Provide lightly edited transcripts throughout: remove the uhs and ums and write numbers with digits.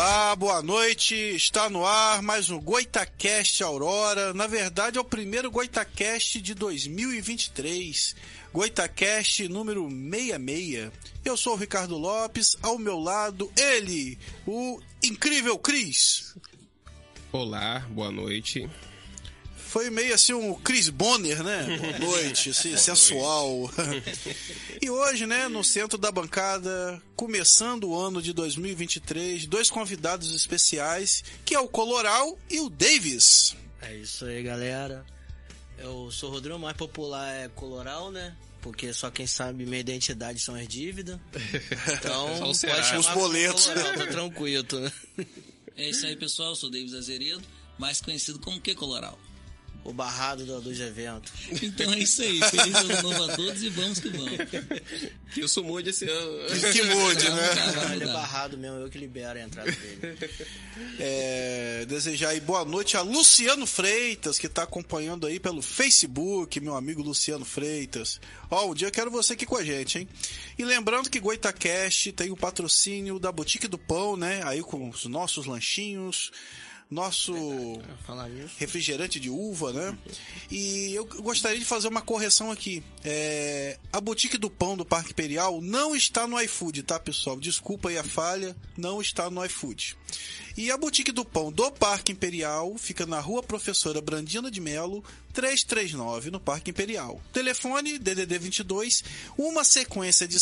Olá, boa noite, está no ar mais um Goitacast Aurora, na verdade é o primeiro Goitacast de 2023, Goitacast número 66, eu sou o Ricardo Lopes, ao meu lado ele, o incrível Cris. Olá, boa noite. Foi meio assim um Chris Bonner, né? Boa noite, assim, boa sensual. Noite. E hoje, né, no centro da bancada, começando o ano de 2023, dois convidados especiais, que é o Coloral e o Davis. É isso aí, galera. Eu sou o Rodrigo, mais popular é Coloral, né? Porque só quem sabe minha identidade são as dívidas. Então, pode chamar os boletos. Coloral, tá tranquilo. É isso aí, pessoal. Eu sou o Davis Azeredo, mais conhecido como que Coloral? O barrado dos eventos. Então é isso aí. Feliz ano novo a todos e vamos que vamos. Que eu sou mude esse ano. Que mude, né? Ele é barrado mesmo, eu que libero a entrada dele. Desejar aí boa noite a Luciano Freitas, que está acompanhando aí pelo Facebook, meu amigo Luciano Freitas. Um dia eu quero você aqui com a gente, hein? E lembrando que Goitacast tem o patrocínio da Boutique do Pão, né? Aí com os nossos lanchinhos, nosso refrigerante de uva, né? E eu gostaria de fazer uma correção aqui. A Boutique do Pão do Parque Imperial não está no iFood, tá, pessoal? Desculpa aí a falha, não está no iFood. E a Boutique do Pão do Parque Imperial fica na Rua Professora Brandina de Melo, 339, no Parque Imperial. Telefone DDD 22, uma sequência de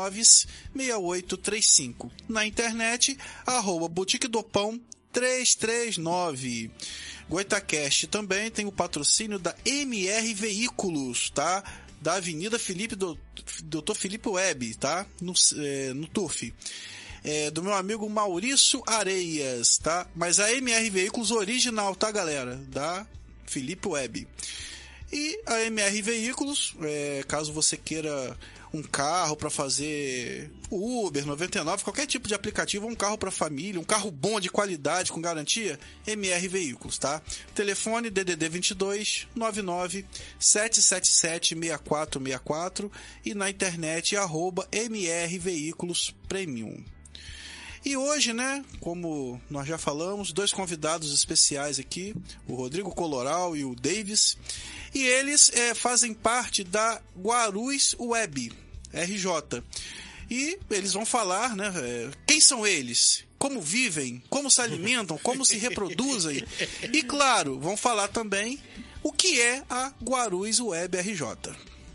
596835. Na internet, @Boutique do Pão 339. Goitacast também tem o patrocínio da MR Veículos, tá? Da Avenida Dr. Felipe Web, tá? No TUF. Do meu amigo Maurício Areias, tá? Mas a MR Veículos original, tá, galera? Da Felipe Web. E a MR Veículos, caso você queira um carro para fazer Uber, 99, qualquer tipo de aplicativo, um carro para família, um carro bom, de qualidade, com garantia, MR Veículos, tá? Telefone DDD 22 99 777 6464 e na internet @MR Veículos Premium. E hoje, né, como nós já falamos, dois convidados especiais aqui, o Rodrigo Coloral e o Davis, e eles fazem parte da Guarus Web, RJ. E eles vão falar, né, quem são eles, como vivem, como se alimentam, como se reproduzem, e claro, vão falar também o que é a Guarus Web RJ.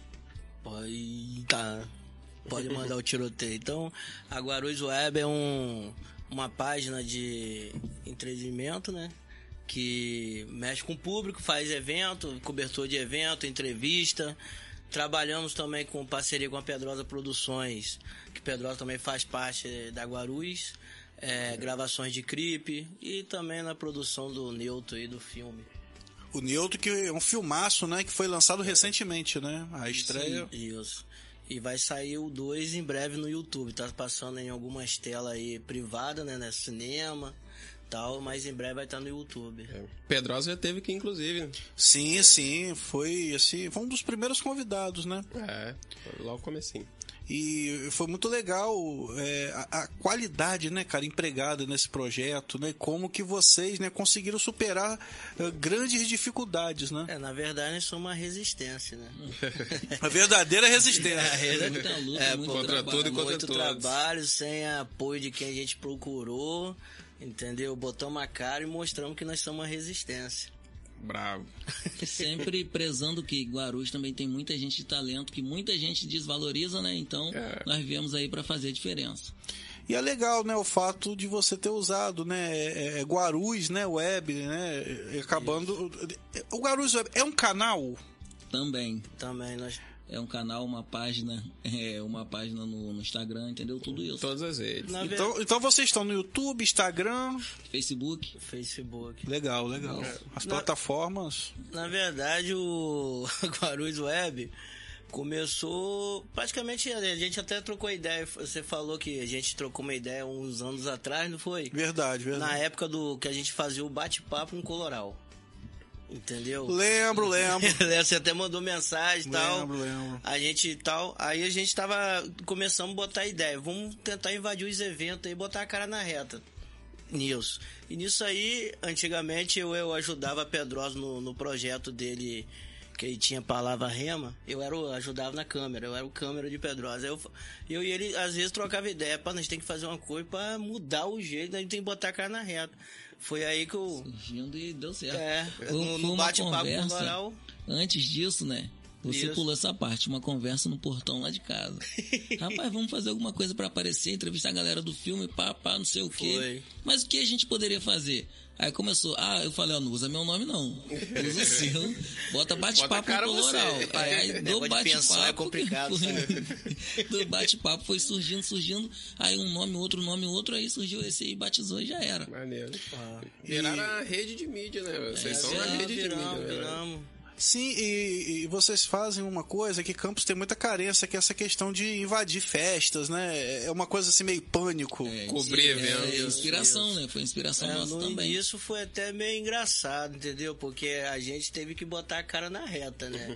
Pode mandar o tiroteio. Então, a Guarus Web é uma página de entretenimento, né? Que mexe com o público, faz evento, cobertura de evento, entrevista. Trabalhamos também com parceria com a Pedrosa Produções, que Pedrosa também faz parte da Guarus. Gravações de clipe e também na produção do Neutro e do filme. O Neutro, que é um filmaço, né? Que foi lançado recentemente, né? A estreia. Isso. E vai sair o 2 em breve no YouTube. Tá passando em algumas telas aí privadas, né? Cinema, tal, mas em breve vai estar no YouTube. Pedrosa já teve aqui, inclusive. Sim, foi um dos primeiros convidados, né? Foi logo comecinho. E foi muito legal a qualidade, né, cara, empregada nesse projeto, né? Como que vocês, né, conseguiram superar grandes dificuldades, né? Na verdade, nós somos uma resistência, né? A verdadeira resistência. Contra tudo e contra muito todos. Trabalho, sem apoio de quem a gente procurou, entendeu? Botamos a cara e mostramos que nós somos uma resistência. Bravo. Sempre prezando que Guarus também tem muita gente de talento, que muita gente desvaloriza, né? Então, nós viemos aí para fazer a diferença. E é legal, né, o fato de você ter usado, né, Guarus, né, Web, né, acabando... O Guarus Web é um canal? Também nós... É um canal, uma página no Instagram, entendeu? Tudo isso. Todas as redes. Então vocês estão no YouTube, Instagram... Facebook. Legal. As plataformas... Na verdade, o Guarus Web começou... Praticamente, a gente até trocou ideia. Você falou que a gente trocou uma ideia uns anos atrás, não foi? Verdade. Na época que a gente fazia o bate-papo no Coloral. Entendeu? Lembro. Você até mandou mensagem e tal. Lembro. A gente tal. Aí a gente começamos a botar ideia. Vamos tentar invadir os eventos e botar a cara na reta. Nisso. E nisso aí, antigamente, eu ajudava Pedrosa no projeto dele, que ele tinha palavra rema. Ajudava na câmera, eu era o câmera de Pedrosa. Eu e ele, às vezes, trocava ideia. Pá, nós tem que fazer uma coisa pra mudar o jeito, a gente tem que botar a cara na reta. Foi aí que eu... Surgindo e deu certo. No bate-papo com o Doral. Antes disso, né? Você pulou essa parte, uma conversa no portão lá de casa. Rapaz, vamos fazer alguma coisa pra aparecer, entrevistar a galera do filme, pá, não sei o quê. Foi. Mas o que a gente poderia fazer? Aí começou, eu falei, não usa meu nome não. Usa o seu. Bota bate-papo com o Coloral. Aí do bate-papo... é complicado. Do bate-papo foi surgindo. Aí um nome, outro, aí surgiu esse aí, batizou e já era. Maneiro. Viraram a rede de mídia, né? Vocês são a rede de mídia. Viramos. Sim, e vocês fazem uma coisa que Campos tem muita carência, que é essa questão de invadir festas, né? É uma coisa assim meio pânico. Cobrir eventos. Inspiração, né? Foi inspiração nossa também. Isso foi até meio engraçado, entendeu? Porque a gente teve que botar a cara na reta, né?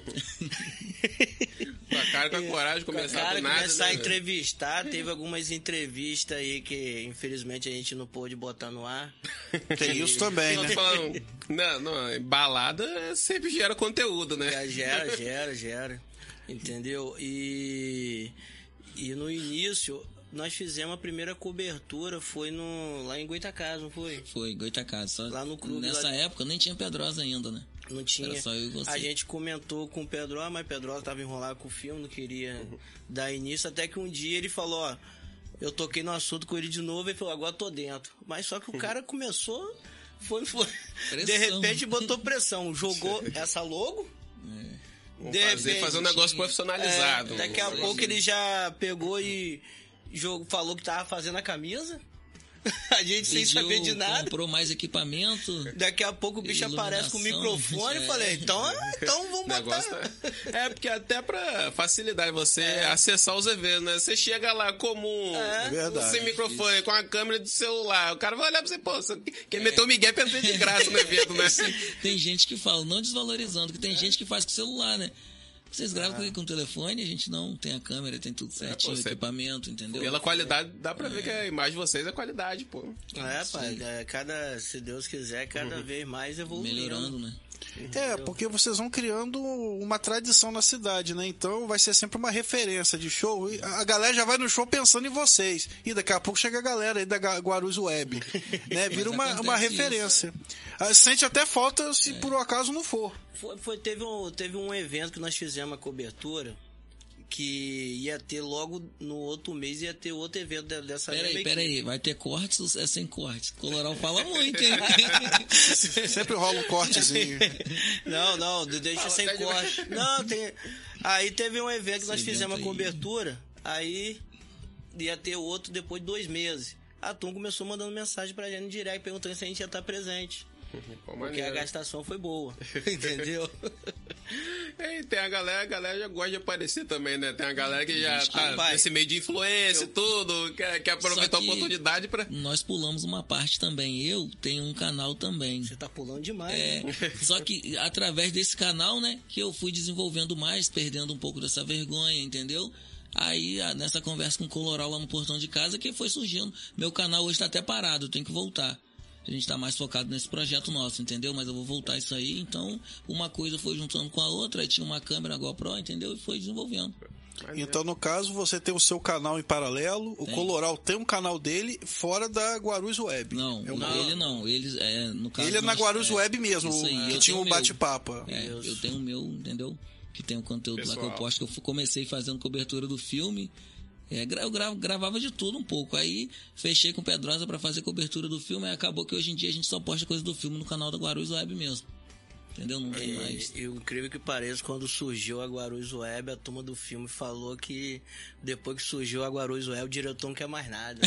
Com a cara, com a coragem de começar do nada. Começar a entrevistar. Teve algumas entrevistas aí que infelizmente a gente não pôde botar no ar. Tem isso também, né? Não, balada sempre gera conteúdo, né? Gera. Entendeu? E no início, nós fizemos a primeira cobertura, foi lá em Goitacazes, não foi? Foi, Goitacazes. Só lá no clube. Nessa época nem tinha Pedrosa ainda, né? Não tinha. Era só eu e você. A gente comentou com o Pedrosa, mas o Pedrosa estava enrolado com o filme, não queria dar início, até que um dia ele falou, eu toquei no assunto com ele de novo, ele falou, agora tô dentro. Mas só que o cara começou... Foi. De repente botou pressão, jogou essa logo. Fazer um negócio profissionalizado. Daqui a pouco ele já pegou e falou que tava fazendo a camisa. A gente sem saber de nada. Comprou mais equipamento. Daqui a pouco o bicho aparece com o microfone e falei, então vamos botar. Porque até pra facilidade você acessar os eventos, né? Você chega lá como sem microfone, com a câmera do celular. O cara vai olhar pra você, você quer meter o Miguel pra ver de graça no evento, né? Tem gente que fala, não desvalorizando, que tem gente que faz com o celular, né? Vocês gravam com o telefone, a gente não tem a câmera, tem tudo certinho, equipamento, entendeu? Pela qualidade, dá pra ver que a imagem de vocês é qualidade, pô. Pai, se Deus quiser, cada vez mais evoluindo. Melhorando, né? Porque vocês vão criando uma tradição na cidade, né? Então vai ser sempre uma referência de show. E a galera já vai no show pensando em vocês. E daqui a pouco chega a galera aí da Guarulhos Web. Né? Vira uma referência. Sente até falta se por um acaso não for. Teve um evento que nós fizemos a cobertura, que ia ter logo no outro mês, ia ter outro evento dessa Peraí, vai ter cortes ou é sem cortes? Coloral fala muito, hein? Sempre rola um cortezinho. Não, deixa sem corte. Não, tem... Aí teve um evento que nós fizemos a cobertura, aí ia ter outro depois de 2 meses. A turma começou mandando mensagem pra gente no direct, perguntando se a gente ia estar presente. Porque a gastação foi boa, entendeu? Tem a galera já gosta de aparecer também, né? Tem a galera que já tá nesse meio de influência e tudo, quer aproveitar a oportunidade pra... Nós pulamos uma parte também, eu tenho um canal também. Você tá pulando demais, né? Só que através desse canal, né, que eu fui desenvolvendo mais, perdendo um pouco dessa vergonha, entendeu? Aí, nessa conversa com o Coloral lá no portão de casa, que foi surgindo. Meu canal hoje tá até parado, eu tenho que voltar. A gente tá mais focado nesse projeto nosso, entendeu? Mas eu vou voltar isso aí. Então, uma coisa foi juntando com a outra. Aí tinha uma câmera GoPro, entendeu? E foi desenvolvendo. Então, no caso, você tem o seu canal em paralelo. O Coloral tem um canal dele fora da Guarulhos Web. Não, ele não. Ele, no caso, ele é na Guarulhos Web mesmo, aí, que tinha o bate-papo. Eu tenho o meu, entendeu? Que tem um conteúdo pessoal lá que eu posto. Que eu comecei fazendo cobertura do filme. Eu gravava de tudo um pouco. Aí fechei com o Pedrosa pra fazer cobertura do filme. Aí acabou que hoje em dia a gente só posta coisa do filme no canal da Guarulhos Web mesmo. Entendeu? Não tem mais. Eu, incrível que pareça, quando surgiu a Guarulhos Web, a turma do filme falou que depois que surgiu a Guarulhos Web, o diretor não quer mais nada.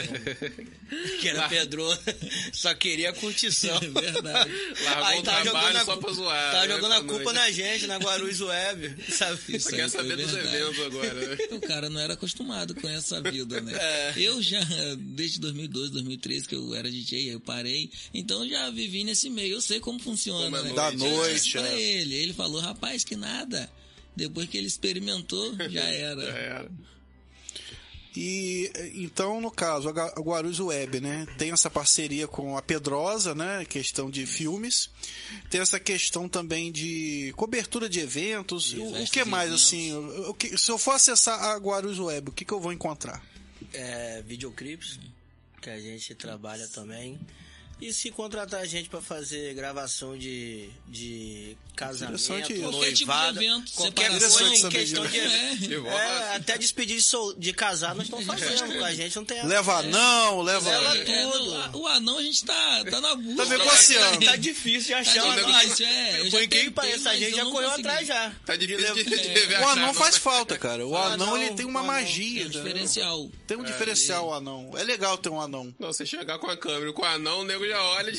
Que era Pedrosa, só queria a curtição. É verdade. Largou o trabalho só pra zoar. Tava jogando a culpa na gente, na Guarulhos Web. Sabe? Só quer saber dos eventos agora. Né? O cara não era acostumado com essa vida, né? Eu já, desde 2012, 2013, que eu era DJ, eu parei. Então já vivi nesse meio. Eu sei como funciona, né? Noite, pra ele falou, rapaz, que nada. Depois que ele experimentou, já era. E então, no caso, a Guarulhos Web, né, tem essa parceria com a Pedrosa, né, questão de filmes, tem essa questão também de cobertura de eventos. O que mais, assim, se eu for acessar a Guarulhos Web, o que eu vou encontrar? Videoclips, que a gente trabalha também. E se contratar a gente pra fazer gravação de casamento, qualquer tipo de evento, qualquer coisa em questão de até despedir de casar, nós estamos fazendo. A gente não tem... Leva anão, leva tudo. O anão a gente tá na busca. Tá negociando. Tá difícil de achar um anão. Por quem pareça, a gente já correu atrás já. Tá difícil de ver. O anão faz falta, cara. O anão, ele tem uma magia. Tem um diferencial. Tem um diferencial, o anão. É legal ter um anão. Não, você chegar com a câmera com o anão, o nego já olha.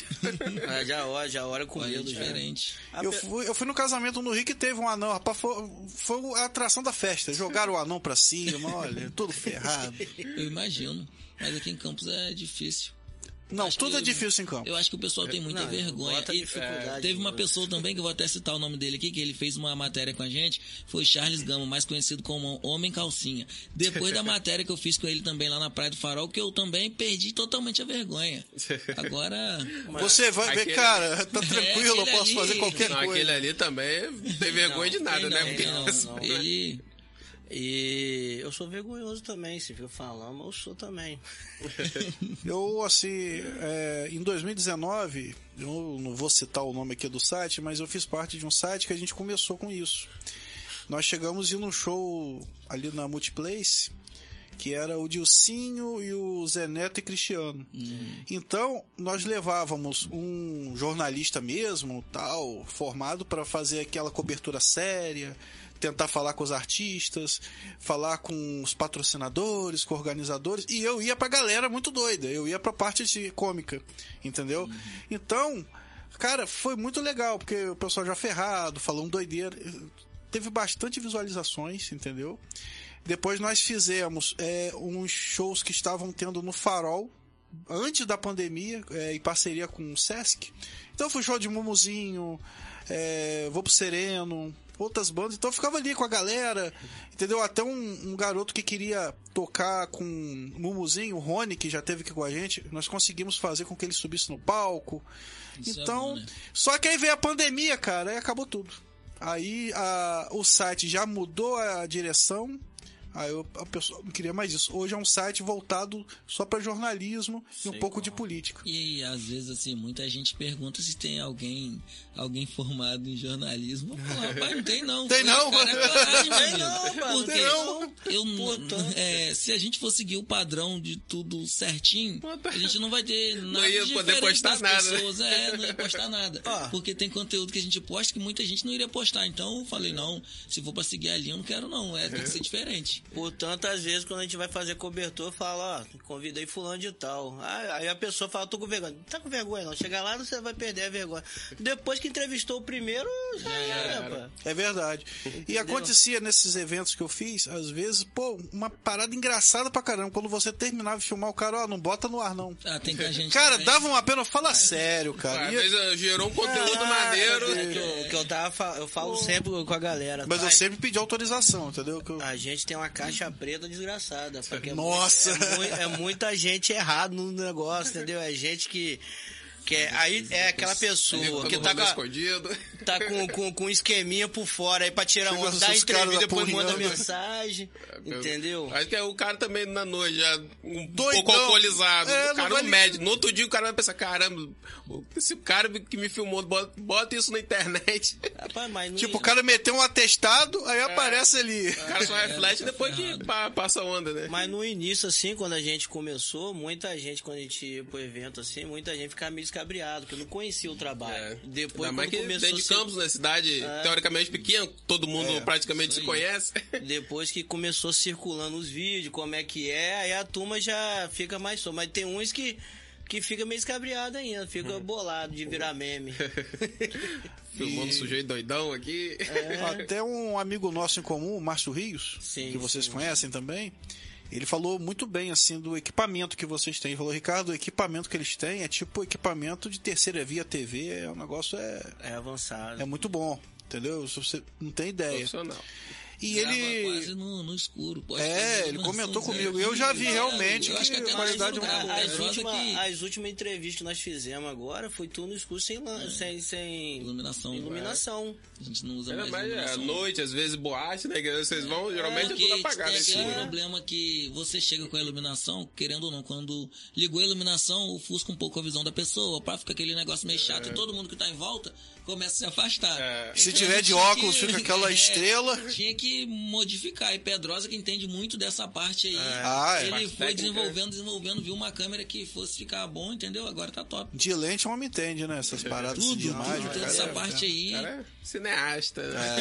Já olha com medo. Diferente. Eu fui no casamento no Rio que teve um anão. Rapaz, foi a atração da festa. Jogaram o anão pra cima, olha, tudo ferrado. Eu imagino. Mas aqui em Campos é difícil. Não, tudo é difícil em Campos. Eu acho que o pessoal tem muita vergonha. Teve uma pessoa também, que eu vou até citar o nome dele aqui, que ele fez uma matéria com a gente, foi Charles Gama, mais conhecido como Homem Calcinha. Depois da matéria que eu fiz com ele também lá na Praia do Farol, que eu também perdi totalmente a vergonha. Agora... Você vai ver, cara, tá tranquilo, eu posso fazer qualquer coisa. Aquele ali também tem vergonha de nada, né? Ele... E eu sou vergonhoso também, se viu falando, eu sou também. Eu, assim, em 2019, eu não vou citar o nome aqui do site, mas eu fiz parte de um site que a gente começou com isso. Nós chegamos a ir num show ali na Multiplace, que era o Dilcinho e o Zé Neto e Cristiano. Então, nós levávamos um jornalista mesmo, tal, formado para fazer aquela cobertura séria, tentar falar com os artistas, falar com os patrocinadores, com organizadores, e eu ia pra galera muito doida, eu ia pra parte de cômica, entendeu? Então, cara, foi muito legal, porque o pessoal já ferrado, falando doideira, teve bastante visualizações, entendeu? Depois nós fizemos uns shows que estavam tendo no Farol, antes da pandemia, em parceria com o Sesc. Então foi show de Mumuzinho, Vou Pro Sereno, outras bandas, então eu ficava ali com a galera, entendeu? Até um garoto que queria tocar com o Mumuzinho, o Rony, que já esteve aqui com a gente, nós conseguimos fazer com que ele subisse no palco. Isso então, é bom, né? Só que aí veio a pandemia, cara, aí acabou tudo. Aí o site já mudou a direção. Aí a pessoa não queria mais isso. Hoje é um site voltado só para jornalismo e um pouco de política. E às vezes, assim, muita gente pergunta se tem alguém formado em jornalismo. Eu falo, rapaz, não tem não. Tem não? Porque se a gente for seguir o padrão de tudo certinho, a gente não vai ter nada. Não ia poder postar nada. Pessoas. Não ia postar nada. Porque tem conteúdo que a gente posta que muita gente não iria postar. Então eu falei, não, se for pra seguir a linha, eu não quero não. Tem que ser diferente. Portanto, às vezes, quando a gente vai fazer cobertor, fala, convidei fulano de tal. Aí a pessoa fala, tô com vergonha. Não tá com vergonha, não. Chegar lá, você vai perder a vergonha. Depois que entrevistou o primeiro, já era. É verdade. Entendeu? E acontecia nesses eventos que eu fiz, às vezes, uma parada engraçada pra caramba. Quando você terminava de filmar, o cara, não bota no ar, não. Tem que a gente cara, também. Dava uma pena, fala sério, cara. Às vezes gerou um conteúdo maneiro. Eu falo sempre com a galera. Mas eu sempre pedi autorização, entendeu? A gente tem uma caixa preta desgraçada. Porque nossa! É muita gente errada no negócio, entendeu? É gente que aí é aquela pessoa que tá com um esqueminha por fora aí pra tirar onda, dá entrevista, depois manda mensagem, entendeu? Acho que o cara também na noite já pouco alcoolizado, o cara não mede. No outro dia o cara vai pensar, caramba, esse cara que me filmou, bota isso na internet. Rapaz, mas tipo, o cara meteu um atestado, aí aparece ali. O cara só reflete depois que passa a onda, né? Mas no início, assim, quando a gente começou, muita gente, quando a gente ia pro evento, assim, muita gente ficava meio escabriado, que não conhecia o trabalho. Depois, quando começou... Dentro de Campos, né? Cidade teoricamente pequena, todo mundo praticamente se conhece. Depois que começou circulando os vídeos, como é que é, aí a turma já fica mais só. Mas tem uns que fica meio escabriado ainda, fica bolado de virar meme. Filmando sujeito doidão aqui. Até um amigo nosso em comum, o Márcio Rios, que vocês conhecem também, ele falou muito bem, assim, do equipamento que vocês têm. Ele falou, Ricardo, o equipamento que eles têm é tipo equipamento de terceira via TV, o negócio é avançado. É muito bom, entendeu? Você não tem ideia. Profissional. E ele... quase no no escuro. Ele comentou comigo. Eu já vi realmente eu acho que a qualidade é muito boa. As últimas entrevistas que nós fizemos agora foi tudo no escuro sem iluminação. A gente não usa mais à noite, às vezes boate, né? Que vocês vão, geralmente é tudo apagado. Tem aquele problema que você chega com a iluminação, querendo ou não, quando ligou a iluminação, ofusca um pouco a visão da pessoa, fica aquele negócio meio chato e todo mundo que tá em volta começa a se afastar. Se tiver de óculos, fica aquela estrela. Tinha que modificar. E Pedrosa, que entende muito dessa parte aí, ele foi desenvolvendo, viu uma câmera que fosse ficar bom, entendeu? Agora tá top. De lente o homem entende, né? Essas paradas de imagem. Tudo essa parte aí. Cara, cineasta.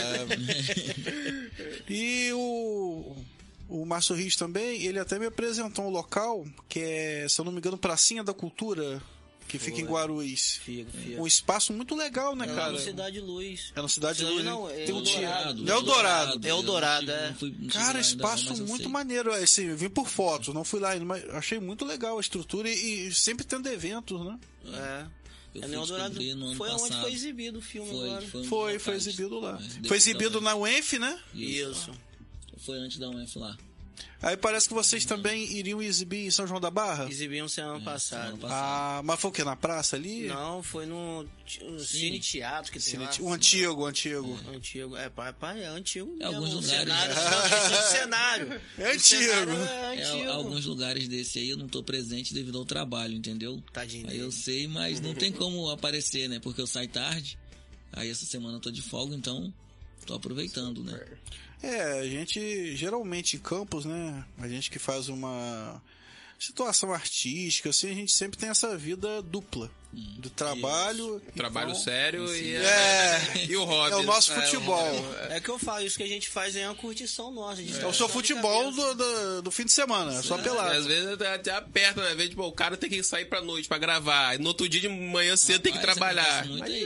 E o Márcio Rios também, ele até me apresentou um local que é, se eu não me engano, Pracinha da Cultura, que fica em Guarulhos. Um espaço muito legal, né, cara? É no Cidade Luz. É no Cidade Luz. Não, tem um Eldorado. Eldorado. É. Cara, espaço muito maneiro. Assim, eu vim por fotos, não fui lá ainda, mas achei muito legal a estrutura e sempre tendo eventos, né? No Eldorado foi onde foi exibido o filme agora. Foi exibido lá. Foi exibido na UENF, né? Isso. Foi antes da UENF lá. Aí parece que vocês também iriam exibir em São João da Barra? Exibimos semana passada. Mas foi o que? Na praça ali? Não, foi no Cine Teatro que tem lá. O antigo. Antigo. É antigo. Alguns lugares. Cenário. É antigo. Alguns lugares desse aí eu não tô presente devido ao trabalho, entendeu? Tadinho. Aí eu sei, mas não tem como aparecer, né? Porque eu saio tarde. Aí essa semana eu tô de folga, então tô aproveitando, né? A gente, geralmente em Campos, né, a gente que faz uma situação artística, assim, a gente sempre tem essa vida dupla. Do trabalho... Trabalho sério e o hobby. É o nosso futebol. É que eu falo, isso que a gente faz é uma curtição nossa. É o seu futebol do fim de semana, é só pelado. Às vezes até aperta, né? Às vezes, o cara tem que sair pra noite pra gravar. No outro dia de manhã cedo tem que trabalhar. Muito aí,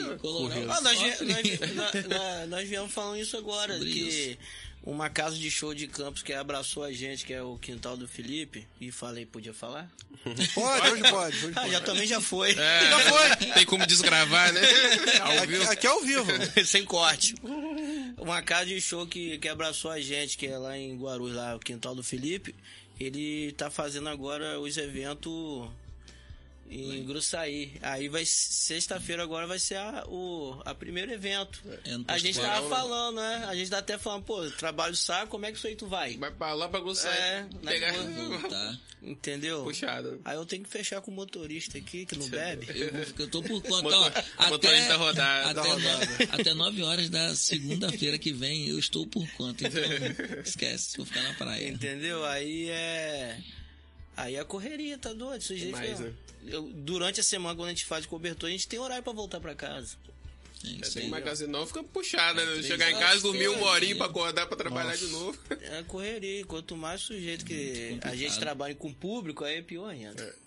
nós viemos falando isso agora, que uma casa de show de Campos que abraçou a gente, que é o Quintal do Felipe, e falei, podia falar? Pode. Já foi. Já foi. Tem como desgravar, né? Aqui é ao vivo. Sem corte. Uma casa de show que abraçou a gente, que é lá em Guarulhos, lá, o Quintal do Felipe, ele tá fazendo agora os eventos em Gruçaí. Aí sexta-feira agora vai ser a primeiro evento. A gente tava falando, né? A gente tá até falando, trabalho saco, como é que isso aí tu vai? Vai pra lá pra Gruçaí. Pegar entendeu? Puxado. Aí eu tenho que fechar com o motorista aqui, que não bebe. Eu tô por conta, motorista rodado. Até 9 horas da segunda-feira que vem eu estou por conta, então esquece, vou ficar na praia. Entendeu? Aí a correria, tá doido? Desse jeito durante a semana, quando a gente faz cobertor, a gente tem horário pra voltar pra casa. Tem magazine não, fica puxado, né? Chegar em casa, dormir uma horinha pra acordar pra trabalhar de novo. É correria. Quanto mais sujeito que a gente trabalha com o público, aí é pior ainda.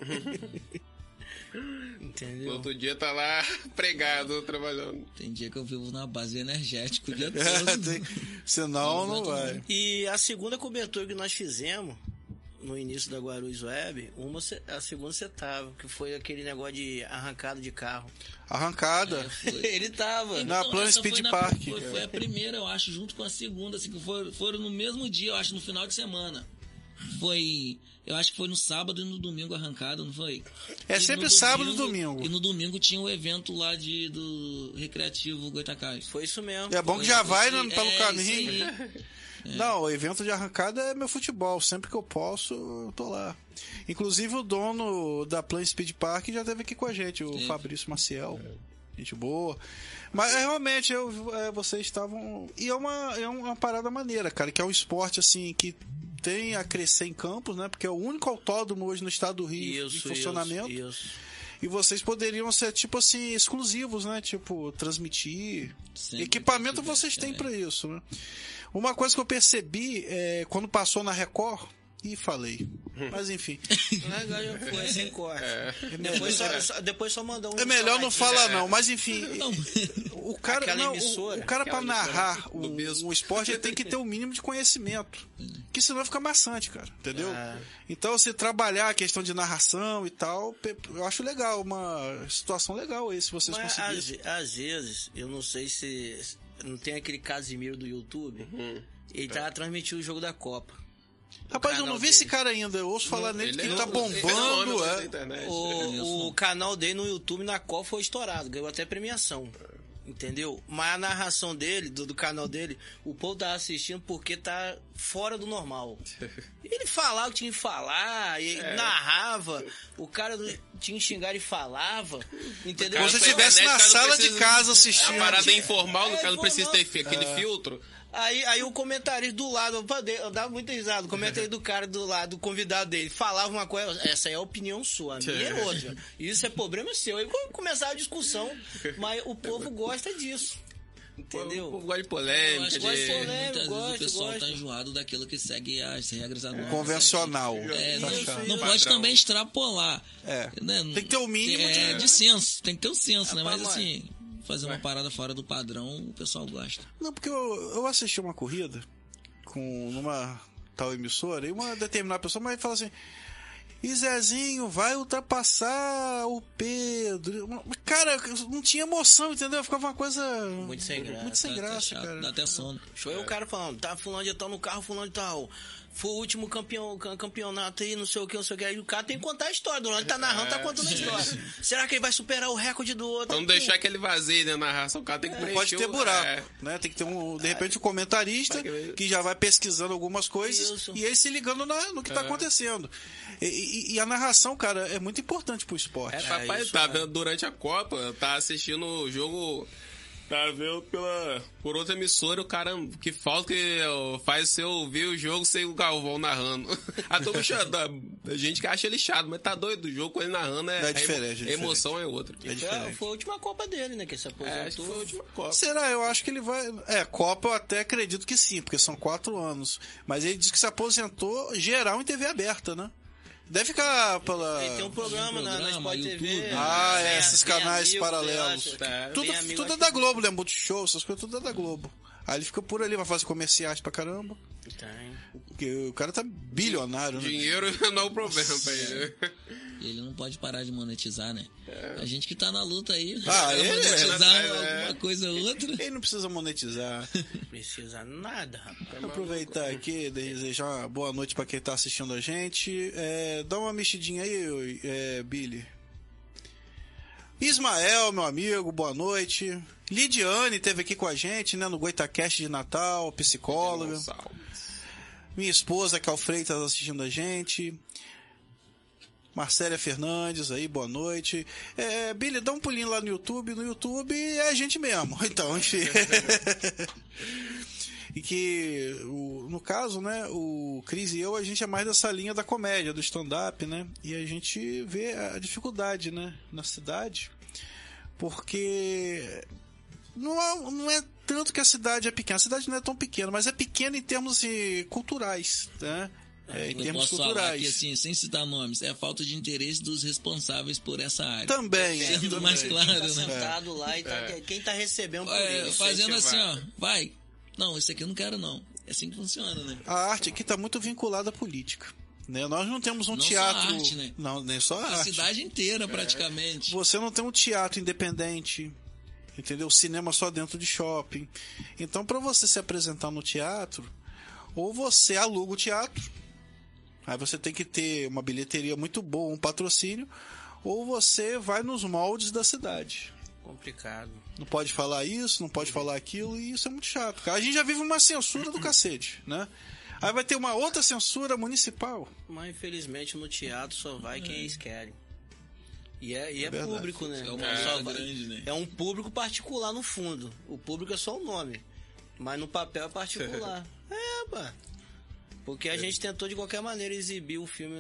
Entendeu? Outro dia tá lá pregado, trabalhando. Tem dia que eu vivo na base energética o dia todo. Senão não vai. E a segunda cobertura que nós fizemos no início da Guarulhos Web, a segunda você tava, que foi aquele negócio de arrancada de carro. Arrancada? Ele tava. Na Plan Speed Park. Foi a primeira, eu acho, junto com a segunda, assim, que foram no mesmo dia, eu acho, no final de semana. Eu acho que foi no sábado e no domingo arrancada, não foi? Sempre sábado e domingo. E no domingo tinha o evento lá do Recreativo Goitacás. Foi isso mesmo. É bom que já vai pelo caminho. Não, o evento de arrancada é meu futebol. Sempre que eu posso, eu tô lá. Inclusive o dono da Plan Speed Park já esteve aqui com a gente, o Fabrício Maciel. Gente boa. Mas realmente, vocês estavam... E é uma parada maneira, cara, que é um esporte assim que tem a crescer em Campos, né? Porque é o único autódromo hoje no estado do Rio em funcionamento. Isso. E vocês poderiam ser, tipo assim, exclusivos, né? Tipo, transmitir. Sempre equipamento vocês têm pra isso, né? Uma coisa que eu percebi quando passou na Record, e falei. Mas enfim. Agora já foi sem corte. Depois só mandou um. É melhor não falar, não, mas enfim. O cara pra narrar um esporte, ele tem que ter um mínimo de conhecimento. Que senão fica maçante, cara. Entendeu? Então, se trabalhar a questão de narração e tal, eu acho legal, uma situação legal aí, se vocês conseguirem. Às vezes, eu não sei se. Não tem aquele Casimiro do YouTube? Ele tá transmitindo o jogo da Copa. Rapaz, eu não vi esse cara ainda. Eu ouço falar nele que ele tá bombando. O canal dele no YouTube na qual foi estourado. Ganhou até premiação. Entendeu? Mas a narração dele, do canal dele, o povo tá assistindo porque tá fora do normal. Ele falava o que tinha que falar, ele narrava, o cara tinha que xingar e falava, entendeu? Como se estivesse na sala de casa assistindo. A parada informal, no caso, não precisa ter aquele filtro. Aí o comentarista do lado, eu dava muita risada, o comentarista do cara do lado, o convidado dele, falava uma coisa, essa é a opinião sua, a minha é outra. Isso é problema seu. Aí começava a discussão, mas o povo gosta disso. Entendeu? O povo gosta de polêmica. Muitas vezes o pessoal tá enjoado daquilo que segue as regras convencional. Não pode também extrapolar. Né? Tem que ter o mínimo de senso. Tem que ter o senso, né? Mas assim, fazer uma parada fora do padrão, o pessoal gosta. Não, porque eu assisti uma corrida numa tal emissora e uma determinada pessoa mas fala assim: e Zezinho vai ultrapassar o Pedro. Cara, não tinha emoção, entendeu? Ficava uma coisa muito sem graça. Muito sem graça, cara. Dá até sono. Show o cara falando, tá fulano de tal no carro, fulano de tal. Foi o último campeonato aí, não sei o que. Aí o cara tem que contar a história. Durante ele tá narrando, tá contando a história. Será que ele vai superar o recorde do outro? Vamos deixar aquele vazio na narração. O cara tem que preencher. Pode ter buraco, né? Tem que ter de repente um comentarista que já vai pesquisando algumas coisas e ele se ligando no que tá acontecendo. E a narração, cara, é muito importante pro esporte. Papai tá vendo durante a Copa, tá assistindo o jogo. Tá vendo por outra emissora, o cara que falta que faz você ouvir o jogo sem o Galvão narrando. A gente que acha ele chato, mas tá doido. O jogo com ele narrando é diferente. A emoção é outra. Foi a última Copa dele, né? Que se aposentou. Acho que foi a última Copa. Será? Eu acho que ele vai... Copa eu até acredito que sim, porque são 4 anos. Mas ele disse que se aposentou geral em TV aberta, né? Deve ficar pela... Tem um programa na Sport TV. Esses canais paralelos. Tudo é da Globo, né? Multishow, essas coisas, tudo é da Globo. Aí ele fica por ali, vai fazer comerciais pra caramba. Porque o cara tá bilionário, né? Dinheiro não é o problema pra ele. Ele não pode parar de monetizar, né? A gente que tá na luta aí. Ele monetizar alguma coisa ou outra. Ele não precisa monetizar. Não precisa nada, rapaz. Vou aproveitar aqui e desejar uma boa noite pra quem tá assistindo a gente. Dá uma mexidinha aí, Billy. Ismael, meu amigo, boa noite. Lidiane esteve aqui com a gente, né, no Goitacast de Natal, psicóloga. Minha esposa, Cal Freitas, assistindo a gente. Marcélia Fernandes aí, boa noite. Billy, dá um pulinho lá no YouTube. No YouTube é a gente mesmo. Então, enfim. E que, no caso, né, o Cris e eu, a gente é mais dessa linha da comédia, do stand-up, né? E a gente vê a dificuldade, né, na cidade. Porque não é tanto que a cidade é pequena. A cidade não é tão pequena, mas é pequena em termos assim, culturais, né? Em termos posso culturais. Falar aqui, assim, sem citar nomes, é a falta de interesse dos responsáveis por essa área. Também. Sendo mais claro, tá né? Sentado lá e quem tá recebendo por isso. Fazendo assim, vai. Não, esse aqui eu não quero, não. É assim que funciona, né? A arte aqui tá muito vinculada à política. Né? Nós não temos um não teatro... Só arte, né? Não, nem só a arte. A cidade inteira, praticamente. Você não tem um teatro independente, entendeu? Cinema só dentro de shopping. Então, para você se apresentar no teatro, ou você aluga o teatro, aí você tem que ter uma bilheteria muito boa, um patrocínio, ou você vai nos moldes da cidade. Complicado. Não pode falar isso, não pode falar aquilo, e isso é muito chato, cara. A gente já vive uma censura do cacete, né? Aí vai ter uma outra censura municipal. Mas infelizmente no teatro só vai quem eles querem. E é público, né? Grande, né? É um público particular no fundo. O público é só o nome. Mas no papel é particular. Pá. Porque a gente tentou de qualquer maneira exibir o filme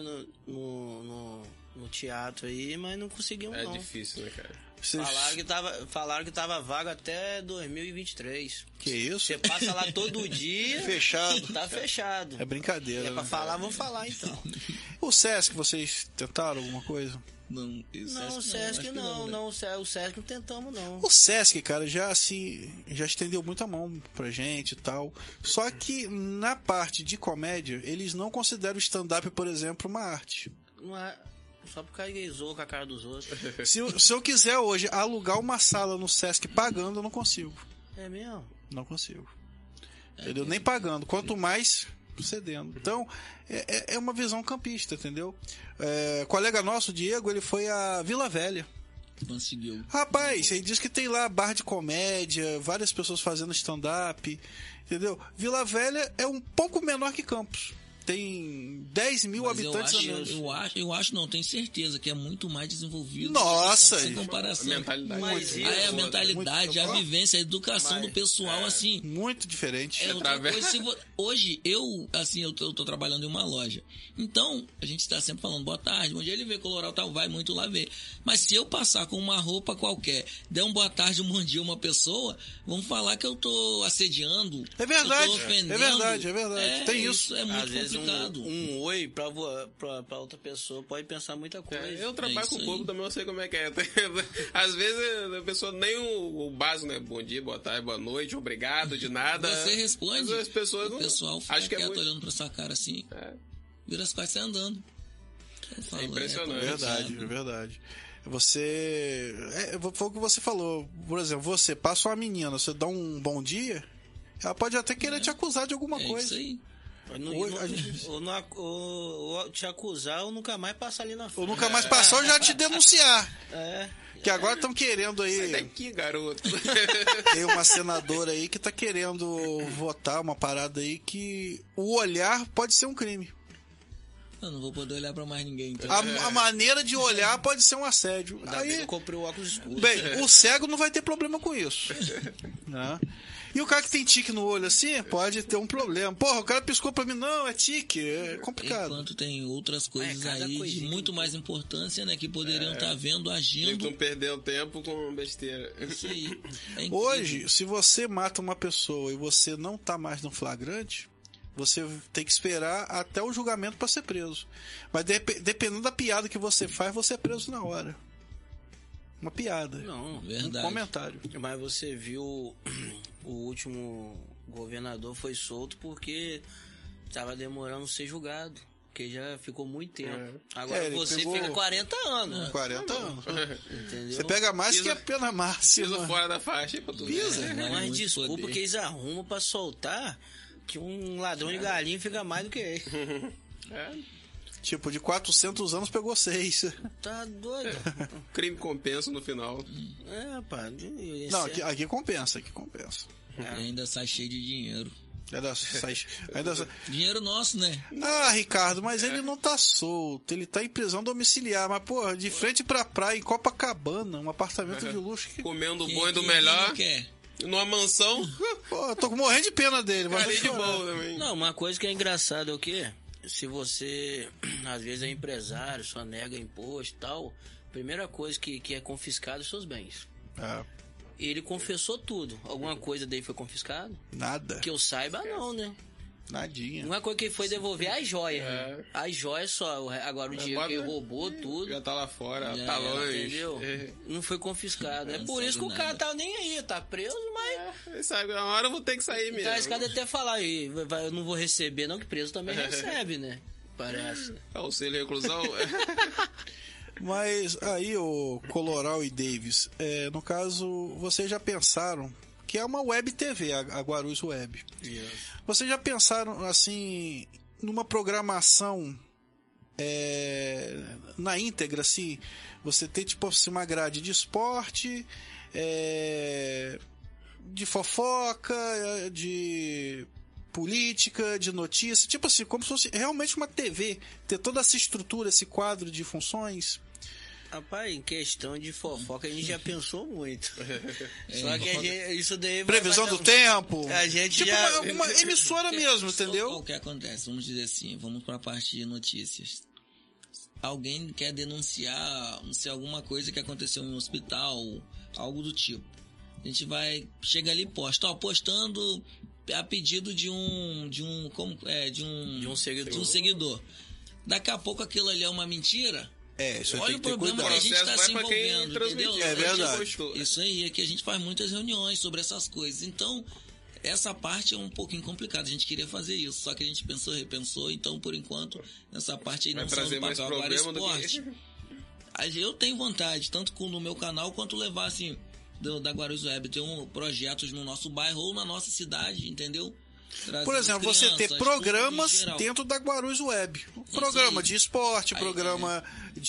no teatro aí, mas não conseguimos não. É difícil, né, cara? Falaram que tava vago até 2023. Que isso? Você passa lá todo dia. Fechado. Tá fechado. É brincadeira. É pra falar, vamos falar então. O Sesc, vocês tentaram alguma coisa? Não, o Sesc não. O Sesc não tentamos, não. O Sesc, cara, já estendeu muita mão pra gente e tal. Só que na parte de comédia, eles não consideram o stand-up, por exemplo, uma arte. Não é. Só porque ele zoou com a cara dos outros. Se eu quiser hoje alugar uma sala no Sesc pagando, eu não consigo. É mesmo? Não consigo. entendeu? Nem pagando, quanto mais cedendo. Então, é uma visão campista, entendeu? Colega nosso, Diego, ele foi a Vila Velha. Conseguiu. Rapaz, ele diz que tem lá bar de comédia, várias pessoas fazendo stand-up, entendeu? Vila Velha é um pouco menor que Campos. Tem 10 mil habitantes a menos. Eu acho, não, tenho certeza que é muito mais desenvolvido. Nossa! Sem comparação. A mentalidade. A mentalidade, a vivência, a educação do pessoal, assim. Muito diferente. Outra coisa, hoje, eu tô trabalhando em uma loja. Então, a gente está sempre falando, boa tarde, bom dia, ele vê Coloral, tal, vai muito lá ver. Mas se eu passar com uma roupa qualquer, der um boa tarde, um bom dia a uma pessoa, vão falar que eu tô assediando. É verdade, eu tô ofendendo. é verdade. Tem isso. É muito complicado. Um oi pra outra pessoa pode pensar muita coisa. Eu trabalho com o povo também, eu sei como é que é. Às vezes a pessoa nem o básico, né? Bom dia, boa tarde, boa noite, obrigado, de nada. Você responde, as pessoas o pessoal fica acho que quieto olhando pra sua cara assim, vira as costas e sai andando. É impressionante. É verdade. Você... foi o que você falou. Por exemplo, você passa uma menina, você dá um bom dia, ela pode até querer te acusar de alguma coisa. Isso aí. Ou te acusar ou nunca mais passar ali na frente. Ou nunca mais passar ou já te denunciar. Que agora estão querendo aí. Sai daqui, garoto. Tem uma senadora aí que tá querendo votar uma parada aí que o olhar pode ser um crime. Eu não vou poder olhar pra mais ninguém. Então. A maneira de olhar pode ser um assédio. Aí eu comprei o óculos escuro. Bem, o cego não vai ter problema com isso. Né? E o cara que tem tique no olho assim, pode ter um problema. Porra, o cara piscou pra mim. Não, é tique. É complicado. Enquanto tem outras coisas aí de muito mais importância, né? Que poderiam estar vendo, agindo. Não perder o tempo com besteira. Isso aí. Hoje, se você mata uma pessoa e você não tá mais no flagrante, você tem que esperar até o julgamento para ser preso. Mas dependendo da piada que você faz, você é preso na hora. Uma piada. Não, verdade. Um comentário. Mas você viu, o último governador foi solto porque estava demorando ser julgado. Porque já ficou muito tempo. Agora você fica 40 anos. 40 anos. Entendeu? Você pega mais que a pena máxima. Pisa fora da faixa pra tu Pisa. Mas desculpa que eles arrumam pra soltar que um ladrão de galinha fica mais do que ele. Tipo, de 400 anos pegou 6. Tá doido. Crime compensa no final. Pá. Não, aqui compensa, aqui compensa. Ainda sai cheio de dinheiro. Dinheiro nosso, né? Ah, Ricardo, mas ele não tá solto. Ele tá em prisão domiciliar. Mas, porra, de frente pra praia, em Copacabana, um apartamento de luxo. Comendo o bom e do melhor. Numa mansão. Pô, eu tô morrendo de pena dele. Mas de boa também. Não, uma coisa que é engraçada é o quê? Se você, às vezes, é empresário, só nega imposto e tal, a primeira coisa que é confiscado são seus bens. Ele confessou tudo. Alguma coisa dele foi confiscado? Nada. Que eu saiba, não, né? Nadinha. Uma coisa que ele foi devolver as joias. As joias só. Agora o dinheiro que ele roubou, tudo. Já tá lá fora, tá longe. Entendeu? Não foi confiscado. É por isso que o cara tá nem aí, tá preso, mas. Ele sabe, uma hora eu vou ter que sair mesmo. Então esse cara até falar aí, eu não vou receber, não, que preso também recebe, né? Parece. Auxílio e reclusão. Mas aí, o Coloral e Davis, no caso, vocês já pensaram que é uma web TV, a Guarulhos Web. Vocês já pensaram, assim, numa programação na íntegra, assim, você ter, tipo assim, uma grade de esporte, de fofoca, de política, de notícia, tipo assim, como se fosse realmente uma TV, ter toda essa estrutura, esse quadro de funções? Rapaz, em questão de fofoca a gente já pensou muito. Só que isso daí... Previsão do tempo. A gente tipo já... uma emissora mesmo, entendeu? O que acontece? Vamos dizer assim, vamos para a parte de notícias. Alguém quer denunciar, não sei, alguma coisa que aconteceu em um hospital, algo do tipo. A gente vai, chega ali e posta, postando a pedido de um seguidor. Daqui a pouco aquilo ali é uma mentira. Isso olha o problema que a gente está se envolvendo, entendeu? É verdade. Isso aí é que a gente faz muitas reuniões sobre essas coisas. Então, essa parte é um pouquinho complicada. A gente queria fazer isso, só que a gente pensou, repensou. Então, por enquanto, nessa parte aí não só no papel, agora esporte. Eu tenho vontade, tanto no meu canal, quanto levar, assim, da Guarulhos Web, ter projetos no nosso bairro ou na nossa cidade, entendeu? Por exemplo, você ter programas dentro da Guarulhos Web. Programa de esporte, programa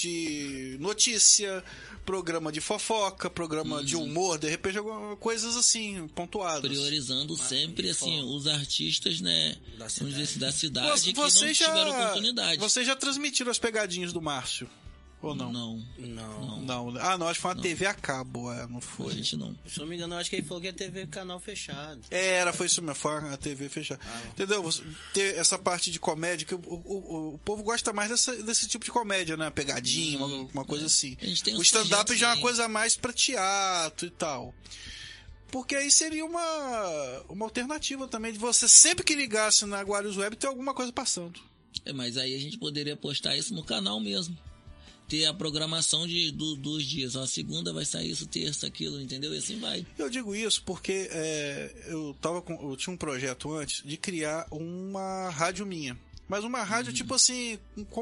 de notícia, programa de fofoca, programa de humor, de repente coisas assim, pontuadas. Priorizando sempre assim, os artistas, né, da cidade que você não tiveram oportunidade. Vocês já transmitiram as pegadinhas do Márcio? Ou não? Não. Ah, não, acho que foi uma TV a cabo, não foi. A gente não. Se não me engano, eu acho que ele falou que ia TV canal fechado. Foi isso mesmo, foi a TV fechada. Entendeu? Ter essa parte de comédia, que o povo gosta mais desse tipo de comédia, né? Pegadinha, uma coisa assim. O stand-up já é uma coisa mais pra teatro e tal. Porque aí seria uma alternativa também de você, sempre que ligasse na Guarulhos Web, ter alguma coisa passando. Mas aí a gente poderia postar isso no canal mesmo. Ter a programação dos dias. A segunda vai sair isso, terça, aquilo, entendeu? E assim vai. Eu digo isso porque eu tinha um projeto antes de criar uma rádio minha. Mas uma rádio tipo assim,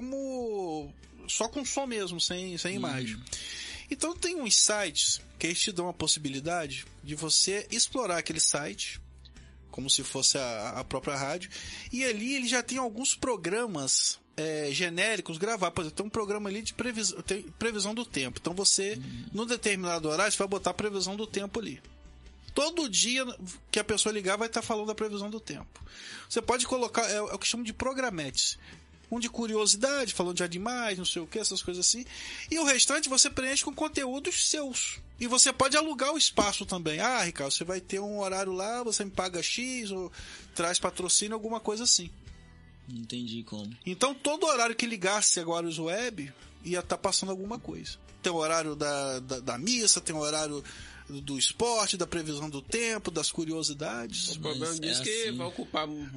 como só com som mesmo, sem imagem. Então tem uns sites que eles te dão a possibilidade de você explorar aquele site como se fosse a própria rádio. E ali ele já tem alguns programas genéricos gravar. Por exemplo, tem um programa ali de previsão do tempo. Então você, num determinado horário, você vai botar a previsão do tempo ali. Todo dia que a pessoa ligar vai estar falando da previsão do tempo. Você pode colocar, é o que chamam de programetes. Um de curiosidade, falando de animais, não sei o que, essas coisas assim. E o restante você preenche com conteúdos seus. E você pode alugar o espaço também. Ah, Ricardo, você vai ter um horário lá, você me paga X, ou traz patrocínio, alguma coisa assim. Não entendi como. Então, todo horário que ligasse agora os web, ia estar passando alguma coisa. Tem o horário da missa, tem o horário do esporte, da previsão do tempo, das curiosidades. O problema disso que assim, vai ocupar muito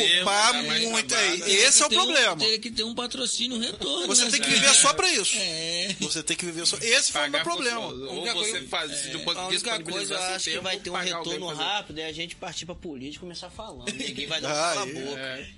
muito. Esse é o problema. Teria que ter um patrocínio retorno. Você tem que viver só pra isso. Você tem que viver só. Esse foi o meu problema. Ou você faz isso de um ponto de vista. A única coisa, eu acho que vai ter um retorno rápido, é a gente partir pra política e começar falando. Ninguém vai dar um cala a boca.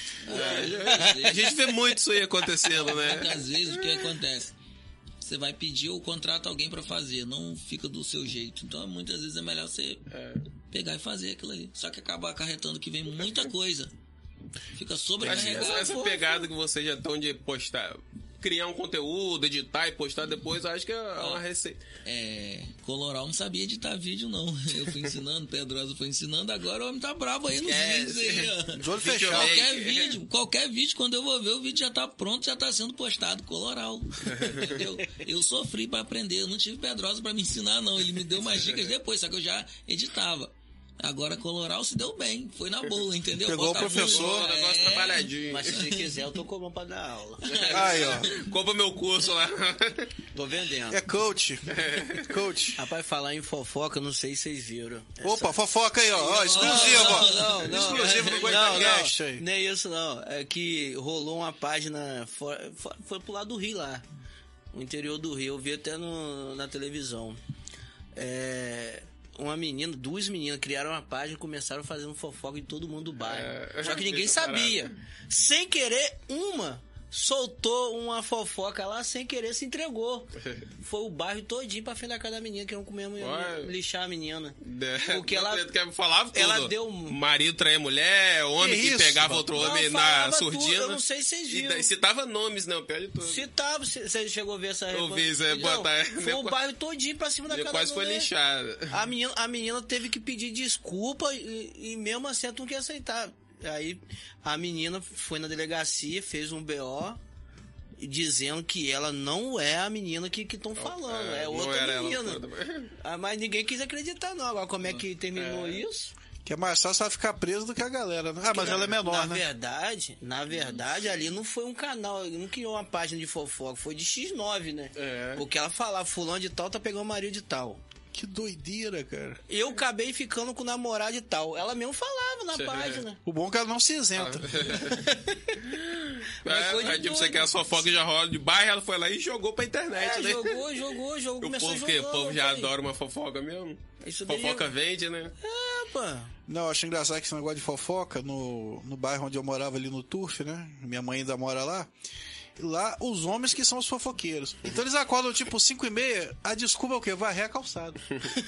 A gente vê muito isso aí acontecendo, né? Muitas vezes o que acontece? Você vai pedir ou contrata alguém pra fazer, não fica do seu jeito. Então muitas vezes é melhor você pegar e fazer aquilo ali. Só que acaba acarretando que vem muita coisa. Fica sobrecarregado. Essa pegada que vocês já estão de postar, criar um conteúdo, editar e postar depois, acho que é uma receita. Coloral não sabia editar vídeo, não. Eu fui ensinando, Pedrosa foi ensinando, agora o homem tá bravo aí nos vídeos aí, ó. De olho fechado. Qualquer vídeo, quando eu vou ver, o vídeo já tá pronto, já tá sendo postado, Coloral. Entendeu? Eu sofri pra aprender, eu não tive Pedrosa pra me ensinar, não. Ele me deu umas dicas depois, só que eu já editava. Agora Coloral se deu bem, foi na boa, entendeu? Pegou o professor, negócio trabalhadinho. Mas se quiser, eu tô cobrando pra dar aula. Aí, ó. Compra meu curso lá. Tô vendendo. É coach. Coach. Rapaz, falar em fofoca, não sei se vocês viram. Opa, fofoca aí, ó. Exclusivo, ó. Não. Exclusivo no Goitacast aí. Nem isso, não. É que rolou uma página, foi pro lado do Rio lá. No interior do Rio. Eu vi até na televisão. Duas meninas criaram uma página e começaram fazendo fofoca em todo mundo do bairro. Só que ninguém sabia. Sem querer, uma soltou uma fofoca lá, sem querer se entregou. Foi o bairro todinho pra frente da casa da menina, que não comemos lixar a menina. Porque ela falava tudo. Ela deu marido traía mulher, homem que pegava outro homem na surdina. Eu não sei se vocês viram. E citava nomes, né? O pior de tudo. Citava, você chegou a ver essa Eu vi, foi o bairro todinho pra cima da casa da mulher. Quase foi linchada. A menina teve que pedir desculpa e mesmo assim ela não quer aceitar. Aí a menina foi na delegacia, fez um BO dizendo que ela não é a menina que estão falando, é outra menina. Mas ninguém quis acreditar não. Agora como é que terminou isso? Que é mais fácil ela ficar presa do que a galera, né? Mas ela é menor, né? Na verdade, ali não foi um canal, não criou uma página de fofoca, foi de X9, né? Porque ela falava, fulano de tal tá pegando o marido de tal. Que doideira, cara. Eu acabei ficando com o namorado e tal. Ela mesmo falava na página. O bom é que ela não se isenta. Tipo, você quer a fofoca e já rola de bairro, ela foi lá e jogou pra internet, né? Jogou, começou a jogar. O povo já adora uma fofoca mesmo. Fofoca vende, né? Pá. Não, eu acho engraçado que esse negócio de fofoca no bairro onde eu morava ali no Turf, né? Minha mãe ainda mora lá. Lá, os homens que são os fofoqueiros. Então eles acordam tipo 5h30, a desculpa é o quê? Varrer a calçada.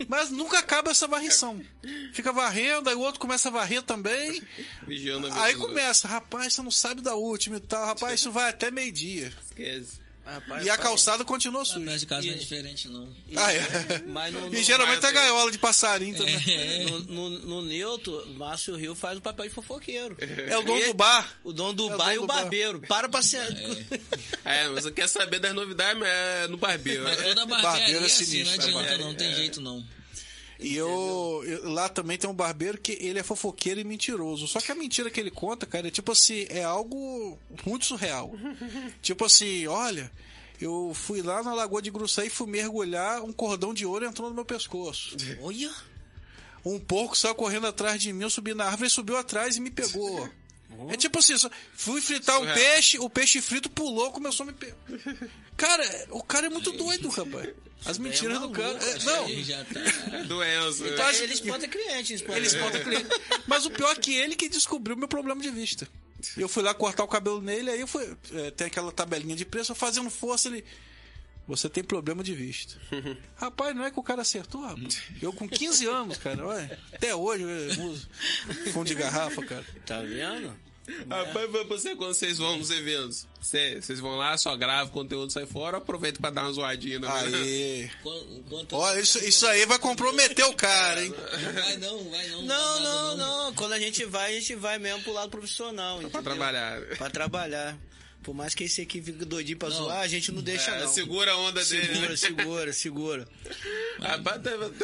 Mas nunca acaba essa varrição. Fica varrendo, aí o outro começa a varrer também. Aí começa, rapaz, você não sabe da última e tal. Rapaz, isso vai até meio-dia. Esquece. E a calçada continua suja. Nesse caso não é diferente, não. Mas e geralmente a gaiola de passarinho também. No Newton, Márcio Rio faz o papel de fofoqueiro. É o dono do bar. O dono do bar e o barbeiro. Para passear. Mas você quer saber das novidades, mas é no barbeiro. Mas toda barbearia é assim, sinistro, não adianta não, tem jeito não. E lá também tem um barbeiro que ele é fofoqueiro e mentiroso. Só que a mentira que ele conta, cara, é tipo assim, é algo muito surreal. Tipo assim, olha, eu fui lá na Lagoa de Gruçaí e fui mergulhar, um cordão de ouro entrou no meu pescoço. Olha! Um porco saiu correndo atrás de mim, eu subi na árvore, ele subiu atrás e me pegou. É tipo assim, fui fritar um peixe, o peixe frito pulou, começou a me pegar. Cara, o cara é muito doido, rapaz. As mentiras do cara. Não. Já tá... Doença. Então, ele espanta cliente. Ele espanta cliente. Mas o pior é que ele que descobriu meu problema de vista. Eu fui lá cortar o cabelo nele, aí eu fui. Tem aquela tabelinha de preço, eu fazendo força, ele. Você tem problema de vista. Rapaz, não é que o cara acertou, rapaz. Eu com 15 anos, cara, olha, até hoje eu uso fundo de garrafa, cara. Tá vendo? Rapaz, você, quando vocês vão nos eventos, vocês vão lá, só grava, o conteúdo sai fora, aproveita pra dar uma zoadinha. Aí. Olha, isso aí vai comprometer o cara, hein? Vai não. Não. Quando a gente vai mesmo pro lado profissional. Pra trabalhar. Pra trabalhar. Por mais que esse aqui fique doidinho pra zoar, a gente não deixa, não. Segura a onda dele. Segura. Rapaz,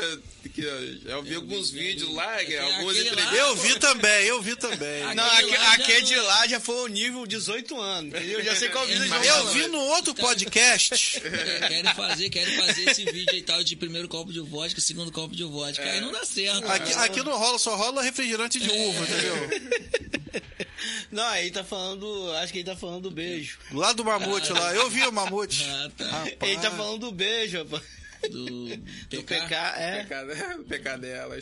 eu vi alguns vídeos lá, algumas entrevistas. Eu vi também. Não, aquele de lá já foi o nível 18 anos, entendeu? Já sei qual vídeo. Eu vi no outro podcast. Querem fazer esse vídeo aí tal de primeiro copo de vodka, segundo copo de vodka. Aí não dá certo. Aqui não rola, só rola refrigerante de uva, entendeu? Não, aí tá falando. Acho que ele tá falando do beijo. Lá do Mamute, lá. Eu vi o Mamute. Tá. Ele tá falando do beijo, rapaz. Do PK, PK delas.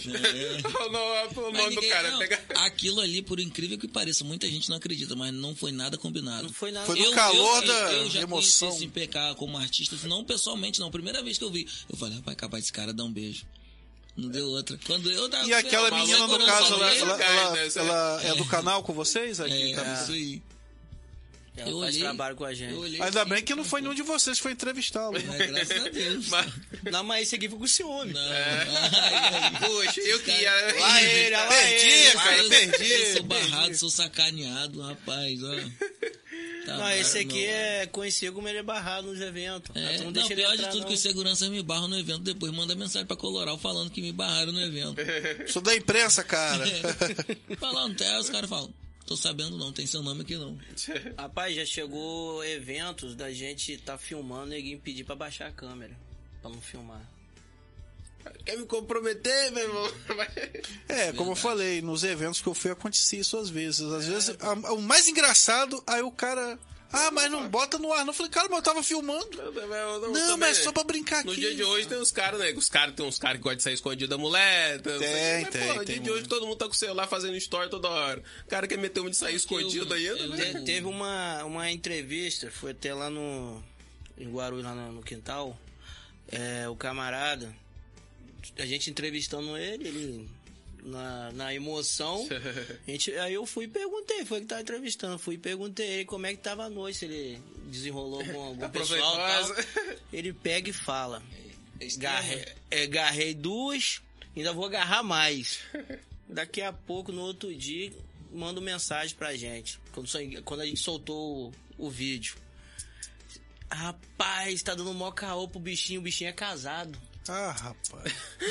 O nome do cara é PK. Aquilo ali, por incrível que pareça, muita gente não acredita, mas não foi nada combinado. Não foi nada. Foi no calor da eu já emoção. conheci esse PK como artista, não pessoalmente, não. Primeira vez que eu vi, eu falei, rapaz, capaz desse cara dar um beijo. Não deu outra. Quando eu tava, e aquela menina, no caso, ela é do canal com vocês? Aqui, isso aí. Ela faz trabalho com a gente. Ainda bem que não foi nenhum de vocês que foi entrevistá-lo. Graças a Deus. Não, mas esse aqui foi com ciúme. Poxa, eu que ia... Lá ele. Perdi. Eu sou barrado, sou sacaneado, rapaz. Ó. Não, esse aqui é conhecido como ele é barrado nos eventos. Não, pior de tudo que os seguranças me barram no evento, depois manda mensagem pra Coloral falando que me barraram no evento. Sou da imprensa, cara. Falando, até os caras falam, tô sabendo não, tem seu nome aqui não. Rapaz, já chegou eventos da gente tá filmando e ninguém pedir pra baixar a câmera, pra não filmar. Quer me comprometer, meu irmão? Como eu falei, nos eventos que eu fui acontecia isso às vezes. Às vezes, o mais engraçado, aí o cara... mas não bota no ar. Não, eu falei, cara, mas eu tava filmando. Não, mas é só pra brincar aqui. No dia de hoje tem uns caras, né? Tem uns caras que gostam de sair escondido da mulher. Tem. No dia de hoje todo mundo tá com o celular fazendo story toda hora. O cara quer meter um de sair escondido ainda, né? Teve uma entrevista, foi até lá em Guarulhos, lá no quintal. O camarada, a gente entrevistando ele na emoção, aí eu fui e perguntei, foi que tava entrevistando, perguntei ele como é que tava a noite, se ele desenrolou com algum pessoal tal. Ele pega e fala, agarrei 2, ainda vou agarrar mais. Daqui a pouco, no outro dia, manda mensagem pra gente, quando a gente soltou o vídeo. Rapaz, tá dando mó caô pro bichinho, o bichinho é casado. Rapaz.